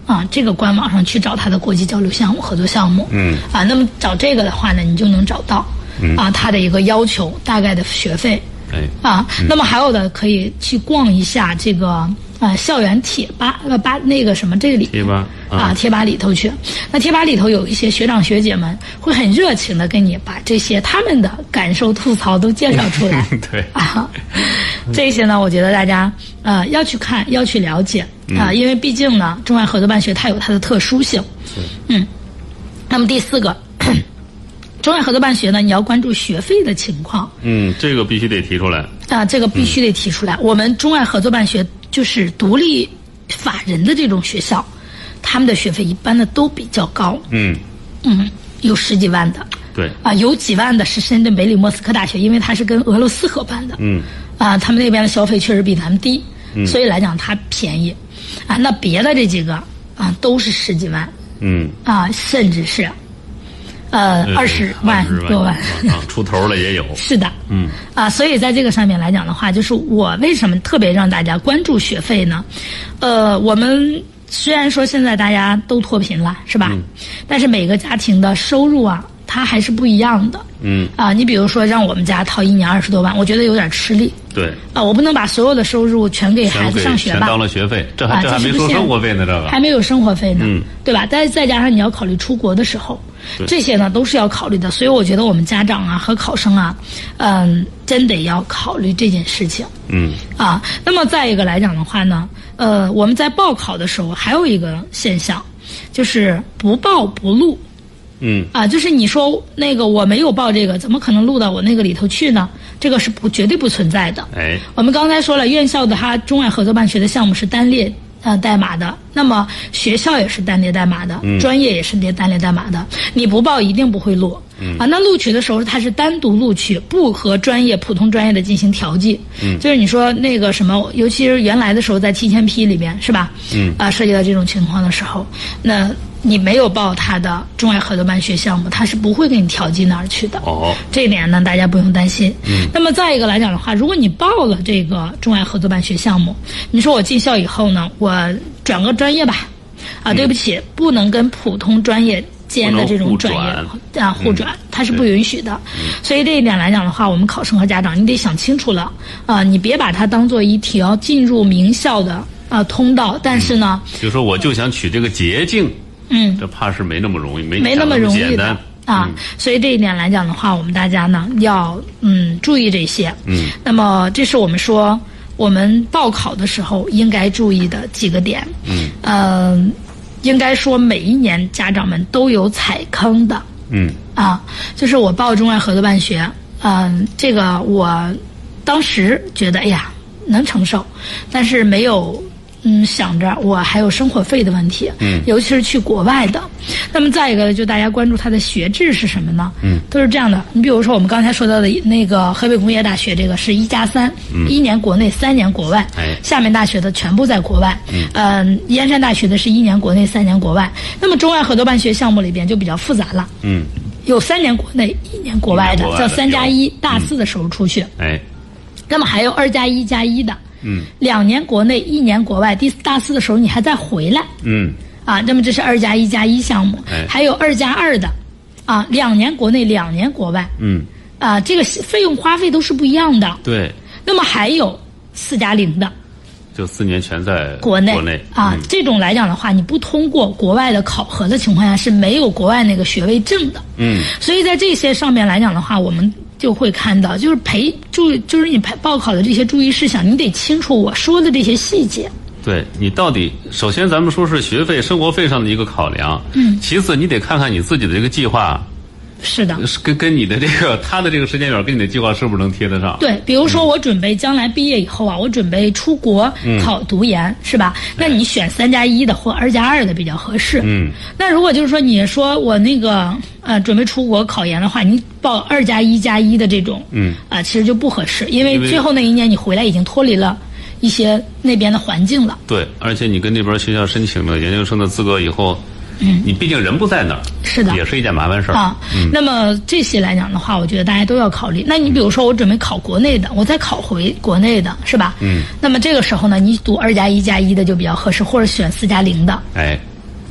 [SPEAKER 3] 啊这个官网上去找它的国际交流项目、合作项目。
[SPEAKER 2] 嗯
[SPEAKER 3] 啊，那么找这个的话呢，你就能找到啊它的一个要求、大概的学费。
[SPEAKER 2] 哎
[SPEAKER 3] 啊，那么还有的可以去逛一下这个呃校园贴吧呃吧那个什么这里
[SPEAKER 2] 贴吧
[SPEAKER 3] 啊贴吧里头去。那贴吧里头有一些学长学姐们会很热情的跟你把这些他们的感受吐槽都介绍出来。
[SPEAKER 2] 对
[SPEAKER 3] 啊，这些呢，我觉得大家呃要去看，要去了解啊、呃，因为毕竟呢，中外合作办学它有它的特殊性。嗯，那么第四个。中外合作办学呢，你要关注学费的情况。
[SPEAKER 2] 嗯，这个必须得提出来。
[SPEAKER 3] 啊，这个必须得提出来。嗯、我们中外合作办学就是独立法人的这种学校，他们的学费一般的都比较高。
[SPEAKER 2] 嗯
[SPEAKER 3] 嗯，有十几万的。
[SPEAKER 2] 对。
[SPEAKER 3] 啊，有几万的是深圳北理莫斯科大学，因为它是跟俄罗斯合办的。
[SPEAKER 2] 嗯。
[SPEAKER 3] 啊，他们那边的消费确实比咱们低，
[SPEAKER 2] 嗯、
[SPEAKER 3] 所以来讲它便宜。啊，那别的这几个啊都是十几万。
[SPEAKER 2] 嗯。
[SPEAKER 3] 啊，甚至是。呃，二十万多万，
[SPEAKER 2] 啊，出头了也有。
[SPEAKER 3] 是的，嗯，啊，所以在这个上面来讲的话，就是我为什么特别让大家关注学费呢？呃，我们虽然说现在大家都脱贫了，是吧？嗯、但是每个家庭的收入啊，它还是不一样的。
[SPEAKER 2] 嗯。啊，
[SPEAKER 3] 你比如说让我们家掏一年二十多万，我觉得有点吃力。
[SPEAKER 2] 对。
[SPEAKER 3] 啊，我不能把所有的收入全给孩子上学吧？
[SPEAKER 2] 全当了学费，这还、啊、这还没说生活费呢，这个
[SPEAKER 3] 还没有生活费呢，
[SPEAKER 2] 嗯，
[SPEAKER 3] 对吧？再再加上你要考虑出国的时候。这些呢都是要考虑的，所以我觉得我们家长啊和考生啊，嗯，真得要考虑这件事情。
[SPEAKER 2] 嗯。
[SPEAKER 3] 啊，那么再一个来讲的话呢，呃，我们在报考的时候还有一个现象，就是不报不录。
[SPEAKER 2] 嗯。
[SPEAKER 3] 啊，就是你说那个我没有报这个，怎么可能录到我那个里头去呢？这个是不绝对不存在的。
[SPEAKER 2] 哎。
[SPEAKER 3] 我们刚才说了，院校的它中外合作办学的项目是单列。呃，代码的，那么学校也是单列代码的，
[SPEAKER 2] 嗯、
[SPEAKER 3] 专业也是列单列代码的，你不报一定不会录。
[SPEAKER 2] 嗯、
[SPEAKER 3] 啊，那录取的时候它是单独录取，不和专业普通专业的进行调剂。
[SPEAKER 2] 嗯，
[SPEAKER 3] 就是你说那个什么，尤其是原来的时候在提前批里边是吧？
[SPEAKER 2] 嗯，
[SPEAKER 3] 啊，涉及到这种情况的时候，那你没有报他的中外合作办学项目，他是不会给你调剂那儿去的。
[SPEAKER 2] 哦，
[SPEAKER 3] 这一点呢，大家不用担心。
[SPEAKER 2] 嗯，
[SPEAKER 3] 那么再一个来讲的话，如果你报了这个中外合作办学项目，你说我进校以后呢，我转个专业吧，啊，对不起，嗯、不能跟普通专业间的这种专业啊互转，它是不允许的。
[SPEAKER 2] 嗯、
[SPEAKER 3] 所以这一点来讲的话，我们考生和家长你得想清楚了啊，你别把它当做一条进入名校的啊通道，但是呢，
[SPEAKER 2] 嗯、就说我就想取这个捷径。
[SPEAKER 3] 嗯，
[SPEAKER 2] 这怕是没那么容易，没
[SPEAKER 3] 没那么容易的啊。
[SPEAKER 2] 嗯、
[SPEAKER 3] 所以这一点来讲的话，我们大家呢要嗯注意这些。
[SPEAKER 2] 嗯。
[SPEAKER 3] 那么这是我们说我们报考的时候应该注意的几个点。
[SPEAKER 2] 嗯。
[SPEAKER 3] 呃，应该说每一年家长们都有踩坑的。
[SPEAKER 2] 嗯。
[SPEAKER 3] 啊，就是我报中外合作办学，嗯、呃，这个我当时觉得哎呀能承受，但是没有。嗯，想着我还有生活费的问题，
[SPEAKER 2] 嗯，
[SPEAKER 3] 尤其是去国外的。那么再一个，就大家关注它的学制是什么呢？
[SPEAKER 2] 嗯，
[SPEAKER 3] 都是这样的。你比如说我们刚才说到的那个河北工业大学，这个是一加三，
[SPEAKER 2] 嗯，
[SPEAKER 3] 一年国内，三年国外。
[SPEAKER 2] 哎，
[SPEAKER 3] 厦门大学的全部在国外。
[SPEAKER 2] 嗯，
[SPEAKER 3] 呃，燕山大学的是一年国内，三年国外。那么中外合作办学项目里边就比较复杂了。
[SPEAKER 2] 嗯，
[SPEAKER 3] 有三年国内，一年国外的，
[SPEAKER 2] 国外的
[SPEAKER 3] 叫三加一，大四的时候出去。
[SPEAKER 2] 哎，
[SPEAKER 3] 那么还有二加一加一的。
[SPEAKER 2] 嗯，
[SPEAKER 3] 两年国内，一年国外，第大四的时候你还再回来。
[SPEAKER 2] 嗯，
[SPEAKER 3] 啊，那么这是二加一加一项目，
[SPEAKER 2] 哎、
[SPEAKER 3] 还有二加二的，啊，两年国内，两年国外。
[SPEAKER 2] 嗯，
[SPEAKER 3] 啊，这个费用花费都是不一样的。
[SPEAKER 2] 对。
[SPEAKER 3] 那么还有四加零的，
[SPEAKER 2] 就四年全在
[SPEAKER 3] 国内。
[SPEAKER 2] 国内
[SPEAKER 3] 啊，
[SPEAKER 2] 嗯、
[SPEAKER 3] 这种来讲的话，你不通过国外的考核的情况下是没有国外那个学位证的。
[SPEAKER 2] 嗯，
[SPEAKER 3] 所以在这些上面来讲的话，我们。就会看到，就是培注，就是你培报考的这些注意事项，你得清楚我说的这些细节。
[SPEAKER 2] 对，你到底首先咱们说是学费、生活费上的一个考量，
[SPEAKER 3] 嗯，
[SPEAKER 2] 其次你得看看你自己的这个计划。
[SPEAKER 3] 是的，
[SPEAKER 2] 跟跟你的这个他的这个时间表跟你的计划是不是能贴得上？
[SPEAKER 3] 对，比如说我准备将来毕业以后啊，嗯、我准备出国考读研，嗯、是吧？那你选三加一的或二加二的比较合适。
[SPEAKER 2] 嗯。
[SPEAKER 3] 那如果就是说你说我那个呃准备出国考研的话，你报二加一加一的这种，
[SPEAKER 2] 嗯
[SPEAKER 3] 啊、呃，其实就不合适，因为最后那一年你回来已经脱离了一些那边的环境了。
[SPEAKER 2] 对，而且你跟那边学校申请了研究生的资格以后。
[SPEAKER 3] 嗯，
[SPEAKER 2] 你毕竟人不在那儿，
[SPEAKER 3] 是的，
[SPEAKER 2] 也是一件麻烦事儿
[SPEAKER 3] 啊。
[SPEAKER 2] 嗯，
[SPEAKER 3] 那么这些来讲的话，我觉得大家都要考虑。那你比如说，我准备考国内的，我再考回国内的，是吧？
[SPEAKER 2] 嗯。
[SPEAKER 3] 那么这个时候呢，你读二加一加一的就比较合适，或者选四加零的。
[SPEAKER 2] 哎。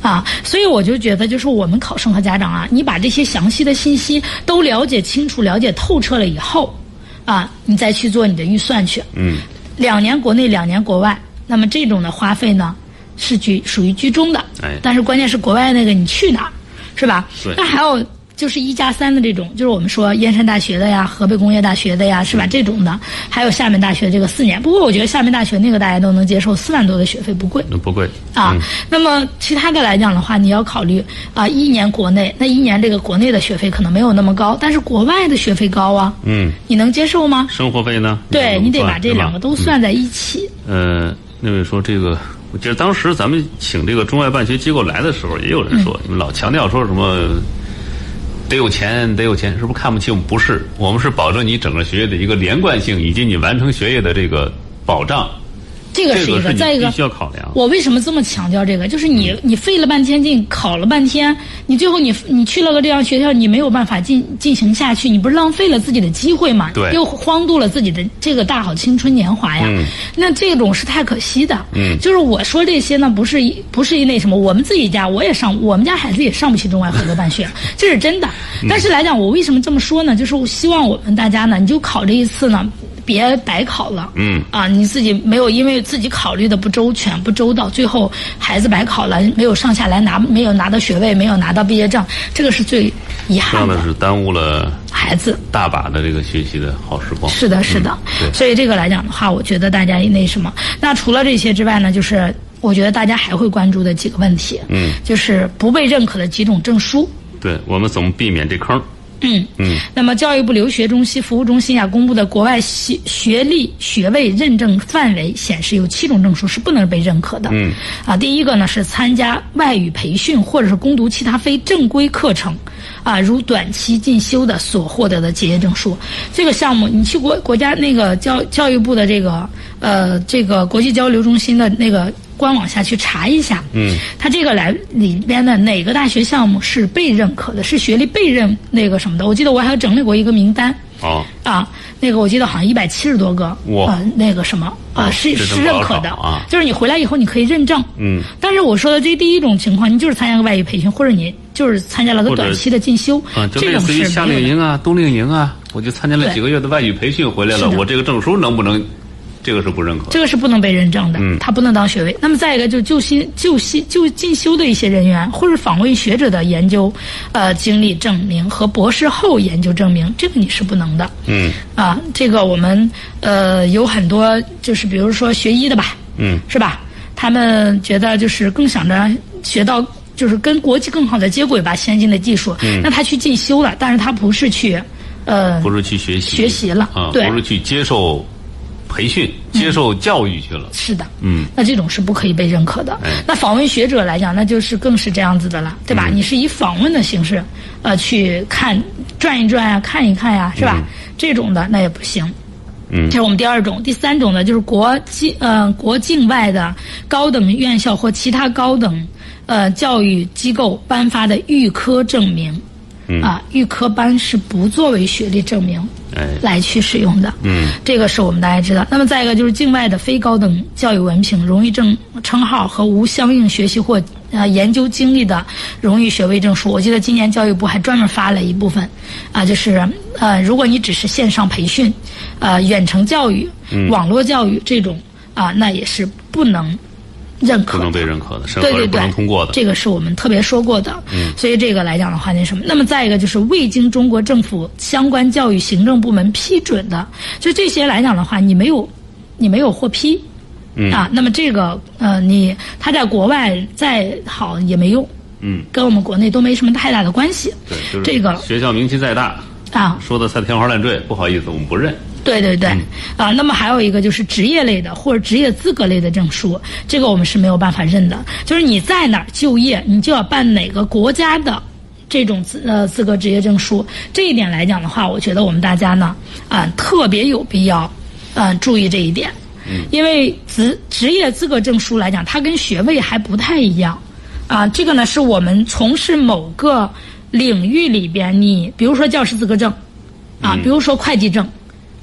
[SPEAKER 3] 啊，所以我就觉得，就是我们考生和家长啊，你把这些详细的信息都了解清楚、了解透彻了以后，啊，你再去做你的预算去。
[SPEAKER 2] 嗯，
[SPEAKER 3] 两年国内，两年国外，那么这种的花费呢，是居属于居中的。
[SPEAKER 2] 哎，
[SPEAKER 3] 但是关键是国外那个你去哪儿，是吧？
[SPEAKER 2] 对。
[SPEAKER 3] 那还有就是一加三的这种，就是我们说燕山大学的呀、河北工业大学的呀，是吧？这种的，还有厦门大学这个四年。不过我觉得厦门大学那个大家都能接受，四万多的学费不贵。
[SPEAKER 2] 不贵
[SPEAKER 3] 啊。
[SPEAKER 2] 嗯、
[SPEAKER 3] 那么其他的来讲的话，你要考虑啊，一年国内，那一年这个国内的学费可能没有那么高，但是国外的学费高啊。
[SPEAKER 2] 嗯。
[SPEAKER 3] 你能接受吗？
[SPEAKER 2] 生活费呢？
[SPEAKER 3] 对，你得把这两个都算在一起。
[SPEAKER 2] 嗯、呃，那位说这个。我记得当时咱们请这个中外办学机构来的时候，也有人说，你们老强调说什么得有钱，得有钱，是不是看不起我们？不是，我们是保证你整个学业的一个连贯性，以及你完成学业的这个保障。
[SPEAKER 3] 这个是一个，再一个
[SPEAKER 2] 必须要考量。
[SPEAKER 3] 我为什么这么强调这个？就是你你费了半天劲，考了半天，你最后你你去了个这样学校，你没有办法进进行下去，你不是浪费了自己的机会吗？
[SPEAKER 2] 对，
[SPEAKER 3] 又荒度了自己的这个大好青春年华呀。
[SPEAKER 2] 嗯，
[SPEAKER 3] 那这种是太可惜的。
[SPEAKER 2] 嗯，
[SPEAKER 3] 就是我说这些呢，不是不是那什么，我们自己家我也上，我们家孩子也上不起中外合作办学，这是真的。但是来讲，我为什么这么说呢？就是我希望我们大家呢，你就考这一次呢。别白考了，
[SPEAKER 2] 嗯
[SPEAKER 3] 啊，你自己没有因为自己考虑的不周全、不周到，最后孩子白考了，没有上下来拿，没有拿到学位，没有拿到毕业证，这个是最遗憾的。
[SPEAKER 2] 这样的是耽误了
[SPEAKER 3] 孩子
[SPEAKER 2] 大把的这个学习的好时光。
[SPEAKER 3] 是的，是的。
[SPEAKER 2] 嗯、
[SPEAKER 3] 所以这个来讲的话，我觉得大家那什么，那除了这些之外呢，就是我觉得大家还会关注的几个问题，
[SPEAKER 2] 嗯，
[SPEAKER 3] 就是不被认可的几种证书。
[SPEAKER 2] 对，我们怎么避免这坑？
[SPEAKER 3] 嗯嗯，那么教育部留学中心服务中心啊公布的国外学学历学位认证范围显示，有七种证书是不能被认可的。
[SPEAKER 2] 嗯，
[SPEAKER 3] 啊，第一个呢是参加外语培训或者是攻读其他非正规课程，啊，如短期进修的所获得的结业证书。这个项目你去国国家那个教教育部的这个呃这个国际交流中心的那个官网下去查一下，
[SPEAKER 2] 嗯，
[SPEAKER 3] 它这个来里边的哪个大学项目是被认可的，是学历被认那个什么的？我记得我还整理过一个名单。
[SPEAKER 2] 哦，
[SPEAKER 3] 啊，那个我记得好像一百七十多个，
[SPEAKER 2] 哇，
[SPEAKER 3] 呃，那个什么啊、呃，是是认可的
[SPEAKER 2] 啊，
[SPEAKER 3] 就是你回来以后你可以认证。
[SPEAKER 2] 嗯，
[SPEAKER 3] 但是我说的这第一种情况，你就是参加个外语培训，或者你就是参加了个短期的进修，
[SPEAKER 2] 啊，就类似于夏令营啊、冬令营啊，我就参加了几个月的外语培训回来了，我这个证书能不能？这个是不认可的，
[SPEAKER 3] 这个是不能被认证的，
[SPEAKER 2] 嗯，
[SPEAKER 3] 它不能当学位。那么再一个，就就新就新就进修的一些人员，或者访问学者的研究，呃，经历证明和博士后研究证明，这个你是不能的。
[SPEAKER 2] 嗯，
[SPEAKER 3] 啊，这个我们呃有很多就是比如说学医的吧，
[SPEAKER 2] 嗯，
[SPEAKER 3] 是吧？他们觉得就是更想着学到就是跟国际更好的接轨吧，先进的技术。
[SPEAKER 2] 嗯，
[SPEAKER 3] 那他去进修了，但是他不是去呃，
[SPEAKER 2] 不是去学习
[SPEAKER 3] 学习了，
[SPEAKER 2] 啊，
[SPEAKER 3] 对，
[SPEAKER 2] 不是去接受。培训、接受教育去了，
[SPEAKER 3] 嗯、是的，
[SPEAKER 2] 嗯，
[SPEAKER 3] 那这种是不可以被认可的。
[SPEAKER 2] 哎、
[SPEAKER 3] 那访问学者来讲，那就是更是这样子的了，对吧？
[SPEAKER 2] 嗯、
[SPEAKER 3] 你是以访问的形式，呃，去看转一转呀、看一看呀，是吧？
[SPEAKER 2] 嗯、
[SPEAKER 3] 这种的那也不行。
[SPEAKER 2] 嗯，
[SPEAKER 3] 这是我们第二种。第三种呢，就是国境呃国境外的高等院校或其他高等呃教育机构颁发的预科证明。
[SPEAKER 2] 嗯、
[SPEAKER 3] 啊，预科班是不作为学历证明来去使用的。
[SPEAKER 2] 嗯，
[SPEAKER 3] 这个是我们大家知道。那么再一个就是境外的非高等教育文凭、荣誉证称号和无相应学习或呃研究经历的荣誉学位证书。我记得今年教育部还专门发了一部分，啊，就是呃，如果你只是线上培训、呃远程教育、
[SPEAKER 2] 嗯、
[SPEAKER 3] 网络教育这种啊，那也是不能。认可
[SPEAKER 2] 不能被认可的，审核是不能通过的。
[SPEAKER 3] 这个是我们特别说过的。
[SPEAKER 2] 嗯，
[SPEAKER 3] 所以这个来讲的话，那什么？那么再一个就是未经中国政府相关教育行政部门批准的，就这些来讲的话，你没有，你没有获批，
[SPEAKER 2] 嗯
[SPEAKER 3] 啊，那么这个呃，你他在国外再好也没用，
[SPEAKER 2] 嗯，
[SPEAKER 3] 跟我们国内都没什么太大的关系。
[SPEAKER 2] 对，就是
[SPEAKER 3] 这个
[SPEAKER 2] 学校名气再大
[SPEAKER 3] 啊，
[SPEAKER 2] 说的再天花乱坠，不好意思，我们不认。
[SPEAKER 3] 对对对，
[SPEAKER 2] 嗯、
[SPEAKER 3] 啊，那么还有一个就是职业类的或者职业资格类的证书，这个我们是没有办法认的。就是你在哪儿就业，你就要办哪个国家的这种资呃资格职业证书。这一点来讲的话，我觉得我们大家呢啊、呃、特别有必要呃注意这一点，
[SPEAKER 2] 嗯，
[SPEAKER 3] 因为职职业资格证书来讲，它跟学位还不太一样啊。这个呢是我们从事某个领域里边，你比如说教师资格证啊，比如说会计证。啊，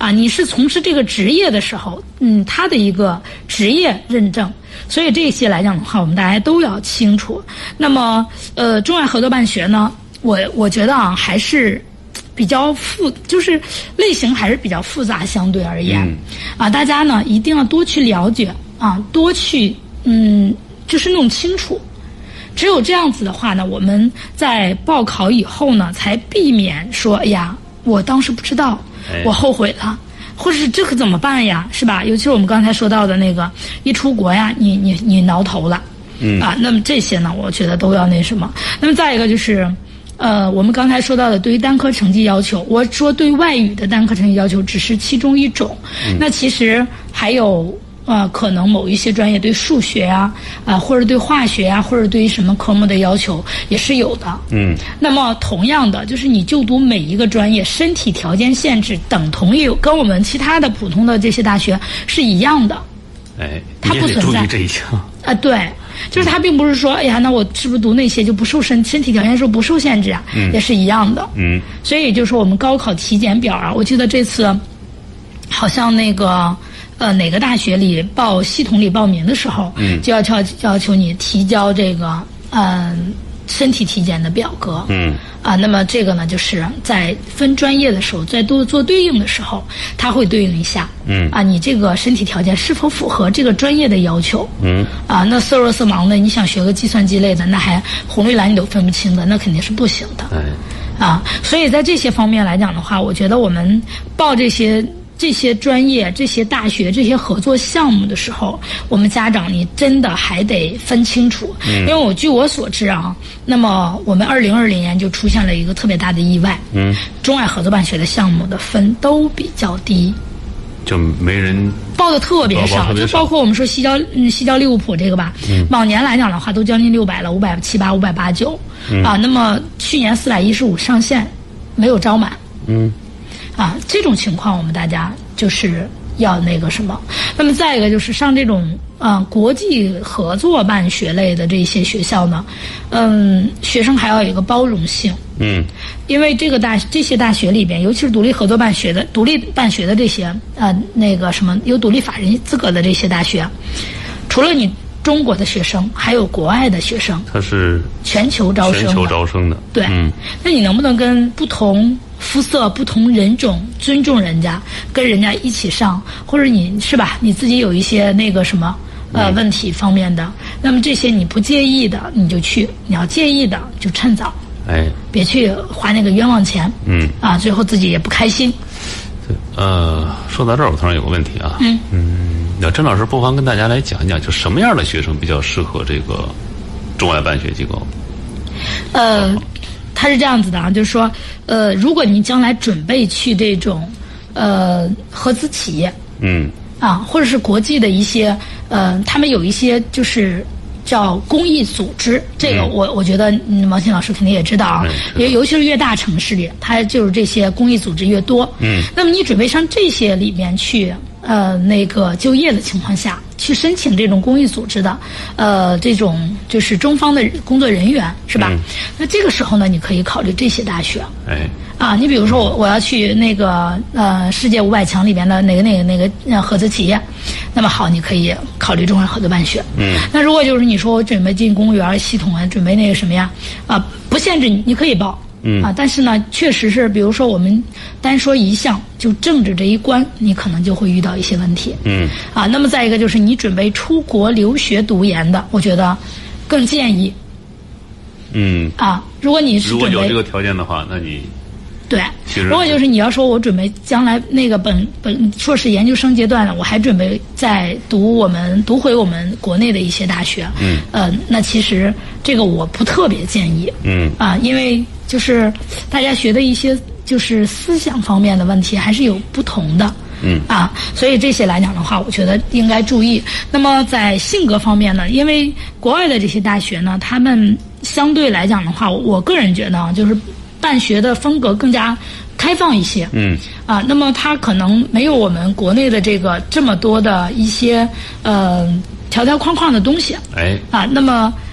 [SPEAKER 3] 啊，你是从事这个职业的时候，嗯，它的一个职业认证。所以这些来讲的话，我们大家都要清楚。那么，呃，中外合作办学呢，我我觉得啊，还是比较复，就是类型还是比较复杂，相对而言，嗯、啊，大家呢一定要多去了解啊，多去嗯，就是弄清楚。只有这样子的话呢，我们在报考以后呢，才避免说，哎呀，我当时不知道，我后悔了。或者是这可怎么办呀，是吧？尤其是我们刚才说到的那个，一出国呀，你你你挠头了，嗯啊，那么这些呢，我觉得都要那什么。那么再一个就是，呃，我们刚才说到的对于单科成绩要求，我说对外语的单科成绩要求只是其中一种，嗯、那其实还有。呃，可能某一些专业对数学啊，啊、呃，或者对化学啊，或者对于什么科目的要求也是有的。嗯。那么同样的，就是你就读每一个专业，身体条件限制等同于跟我们其他的普通的这些大学是一样的。
[SPEAKER 2] 哎，
[SPEAKER 3] 它不存在。
[SPEAKER 2] 注意这一项。
[SPEAKER 3] 啊，对，就是它并不是说，哎呀，那我是不是读那些就不受身身体条件说不受限制啊？嗯。也是一样的。嗯。所以就是说，我们高考体检表啊，我记得这次好像那个。呃，哪个大学里报系统里报名的时候，嗯，就要要要求你提交这个嗯、呃、身体体检的表格，嗯，啊，那么这个呢，就是在分专业的时候，在多做对应的时候，它会对应一下，嗯，啊，你这个身体条件是否符合这个专业的要求，嗯，啊，那色弱色盲的，你想学个计算机类的，那还红绿蓝你都分不清的，那肯定是不行的，哎，啊，所以在这些方面来讲的话，我觉得我们报这些。这些专业、这些大学、这些合作项目的时候，我们家长你真的还得分清楚，嗯、因为我据我所知啊，那么我们二零二零年就出现了一个特别大的意外，嗯，中外合作办学的项目的分都比较低，
[SPEAKER 2] 就没人
[SPEAKER 3] 报的特别少，就包括我们说西交嗯西交利物浦这个吧，嗯，往年来讲的话都将近六百了，五百七八、五百八九，啊，那么去年四百一十五上线，没有招满，嗯。啊，这种情况我们大家就是要那个什么。那么再一个就是上这种啊、呃、国际合作办学类的这些学校呢，嗯，学生还要有一个包容性。嗯，因为这个大这些大学里边，尤其是独立合作办学的、独立办学的这些呃那个什么有独立法人资格的这些大学，除了你中国的学生，还有国外的学生，
[SPEAKER 2] 它是
[SPEAKER 3] 全球招生的，
[SPEAKER 2] 全球招生的。
[SPEAKER 3] 对，嗯，那你能不能跟不同肤色、不同人种尊重人家，跟人家一起上，或者你是吧？你自己有一些那个什么呃、嗯、问题方面的，那么这些你不介意的你就去，你要介意的就趁早，哎，别去花那个冤枉钱，嗯啊，最后自己也不开心。
[SPEAKER 2] 呃，说到这儿，我突然有个问题啊，嗯嗯，那甄老师不妨跟大家来讲一讲，就什么样的学生比较适合这个中外办学机构？
[SPEAKER 3] 呃。它是这样子的啊，就是说，呃，如果你将来准备去这种，呃，合资企业，嗯，啊，或者是国际的一些，呃，他们有一些就是叫公益组织，这个我、嗯、我觉得嗯王鑫老师肯定也知道啊，尤、嗯、尤其是越大城市里，它就是这些公益组织越多，嗯，那么你准备上这些里面去，呃，那个就业的情况下。去申请这种公益组织的，呃，这种就是中方的工作人员是吧？嗯、那这个时候呢，你可以考虑这些大学。哎，啊，你比如说我我要去那个呃世界五百强里边的哪个哪个哪个呃合资企业，那么好，你可以考虑中外合作办学。嗯，那如果就是你说我准备进公务员系统啊，准备那个什么呀？啊，不限制你，你可以报。嗯啊，但是呢，确实是，比如说我们单说一项，就政治这一关，你可能就会遇到一些问题。嗯啊，那么再一个就是你准备出国留学读研的，我觉得更建议。嗯啊，如果你是
[SPEAKER 2] 如果有这个条件的话，那你
[SPEAKER 3] 对，如果就是你要说我准备将来那个本本硕士研究生阶段了，我还准备再读我们读回我们国内的一些大学。嗯呃，那其实这个我不特别建议。嗯啊，因为。就是大家学的一些就是思想方面的问题还是有不同的，嗯啊，所以这些来讲的话，我觉得应该注意。那么在性格方面呢，因为国外的这些大学呢，他们相对来讲的话，我个人觉得啊，就是办学的风格更加开放一些，嗯啊，那么它可能没有我们国内的这个这么多的一些呃条条框框的东西，哎啊，那么。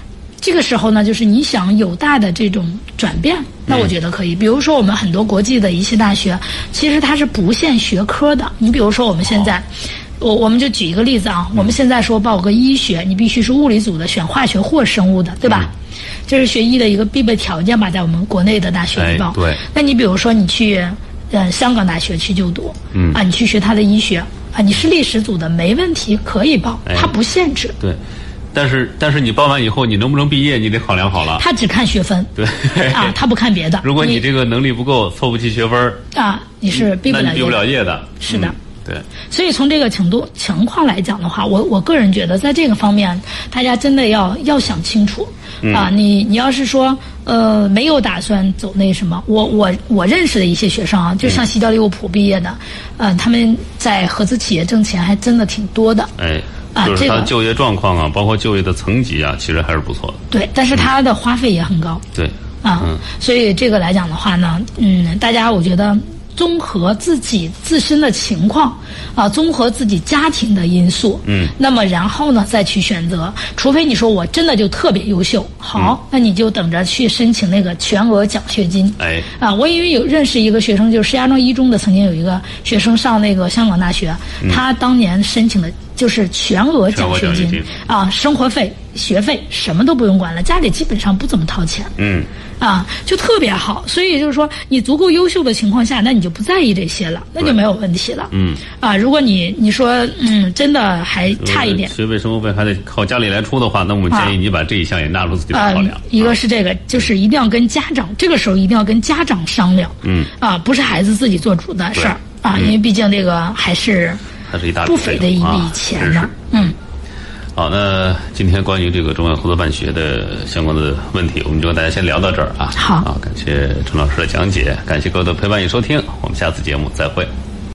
[SPEAKER 3] 这个时候呢，就是你想有大的这种转变，那我觉得可以。比如说我们很多国际的一些大学，其实它是不限学科的。你比如说我们现在，我我们就举一个例子啊，我们现在说报个医学，你必须是物理组的，选化学或生物的，对吧？这是学医的一个必备条件吧，在我们国内的大学里报。
[SPEAKER 2] 哎、对。
[SPEAKER 3] 那你比如说你去呃香港大学去就读，嗯啊，你去学它的医学啊，你是历史组的没问题，可以报，它不限制。
[SPEAKER 2] 哎、对。但是但是你报完以后，你能不能毕业，你得考量好了。
[SPEAKER 3] 他只看学分，
[SPEAKER 2] 对
[SPEAKER 3] 啊，他不看别的。
[SPEAKER 2] 如果你这个能力不够，凑不齐学分
[SPEAKER 3] 啊，你是毕不了业的。
[SPEAKER 2] 那你毕不了业的。
[SPEAKER 3] 是的。
[SPEAKER 2] 嗯对，
[SPEAKER 3] 所以从这个程度情况来讲的话，我我个人觉得，在这个方面，大家真的要要想清楚、嗯、啊！你你要是说呃没有打算走那什么，我我我认识的一些学生啊，就像西交利物浦毕业的，嗯、呃，他们在合资企业挣钱还真的挺多的。
[SPEAKER 2] 哎，就是他就业状况啊，包括就业的层级啊，其实还是不错的。
[SPEAKER 3] 对，但是他的花费也很高。
[SPEAKER 2] 对，
[SPEAKER 3] 啊、嗯，所以这个来讲的话呢，嗯，大家我觉得。综合自己自身的情况，啊，综合自己家庭的因素，嗯，那么然后呢再去选择，除非你说我真的就特别优秀，好，嗯、那你就等着去申请那个全额奖学金。
[SPEAKER 2] 哎，
[SPEAKER 3] 啊，我因为有认识一个学生，就是石家庄一中的，曾经有一个学生上那个香港大学，嗯、他当年申请的就是全额奖学金，啊，生活费、学费什么都不用管了，家里基本上不怎么掏钱。
[SPEAKER 2] 嗯。
[SPEAKER 3] 啊，就特别好，所以就是说，你足够优秀的情况下，那你就不在意这些了，那就没有问题了。
[SPEAKER 2] 嗯。
[SPEAKER 3] 啊，如果你你说嗯，真的还差一点，
[SPEAKER 2] 学费、生活费还得靠家里来出的话，那我们建议你把这一项也纳入自己的考量。
[SPEAKER 3] 啊、一个是这个，就是一定要跟家长，这个时候一定要跟家长商量。
[SPEAKER 2] 嗯。
[SPEAKER 3] 啊，不是孩子自己做主的事儿啊，因为毕竟这个还是
[SPEAKER 2] 还是一大
[SPEAKER 3] 不菲的一笔钱呢。嗯。
[SPEAKER 2] 好，那今天关于这个中外合作办学的相关的问题，我们就跟大家先聊到这儿啊。
[SPEAKER 3] 好，
[SPEAKER 2] 啊，感谢陈老师的讲解，感谢各位的陪伴与收听，我们下次节目再会。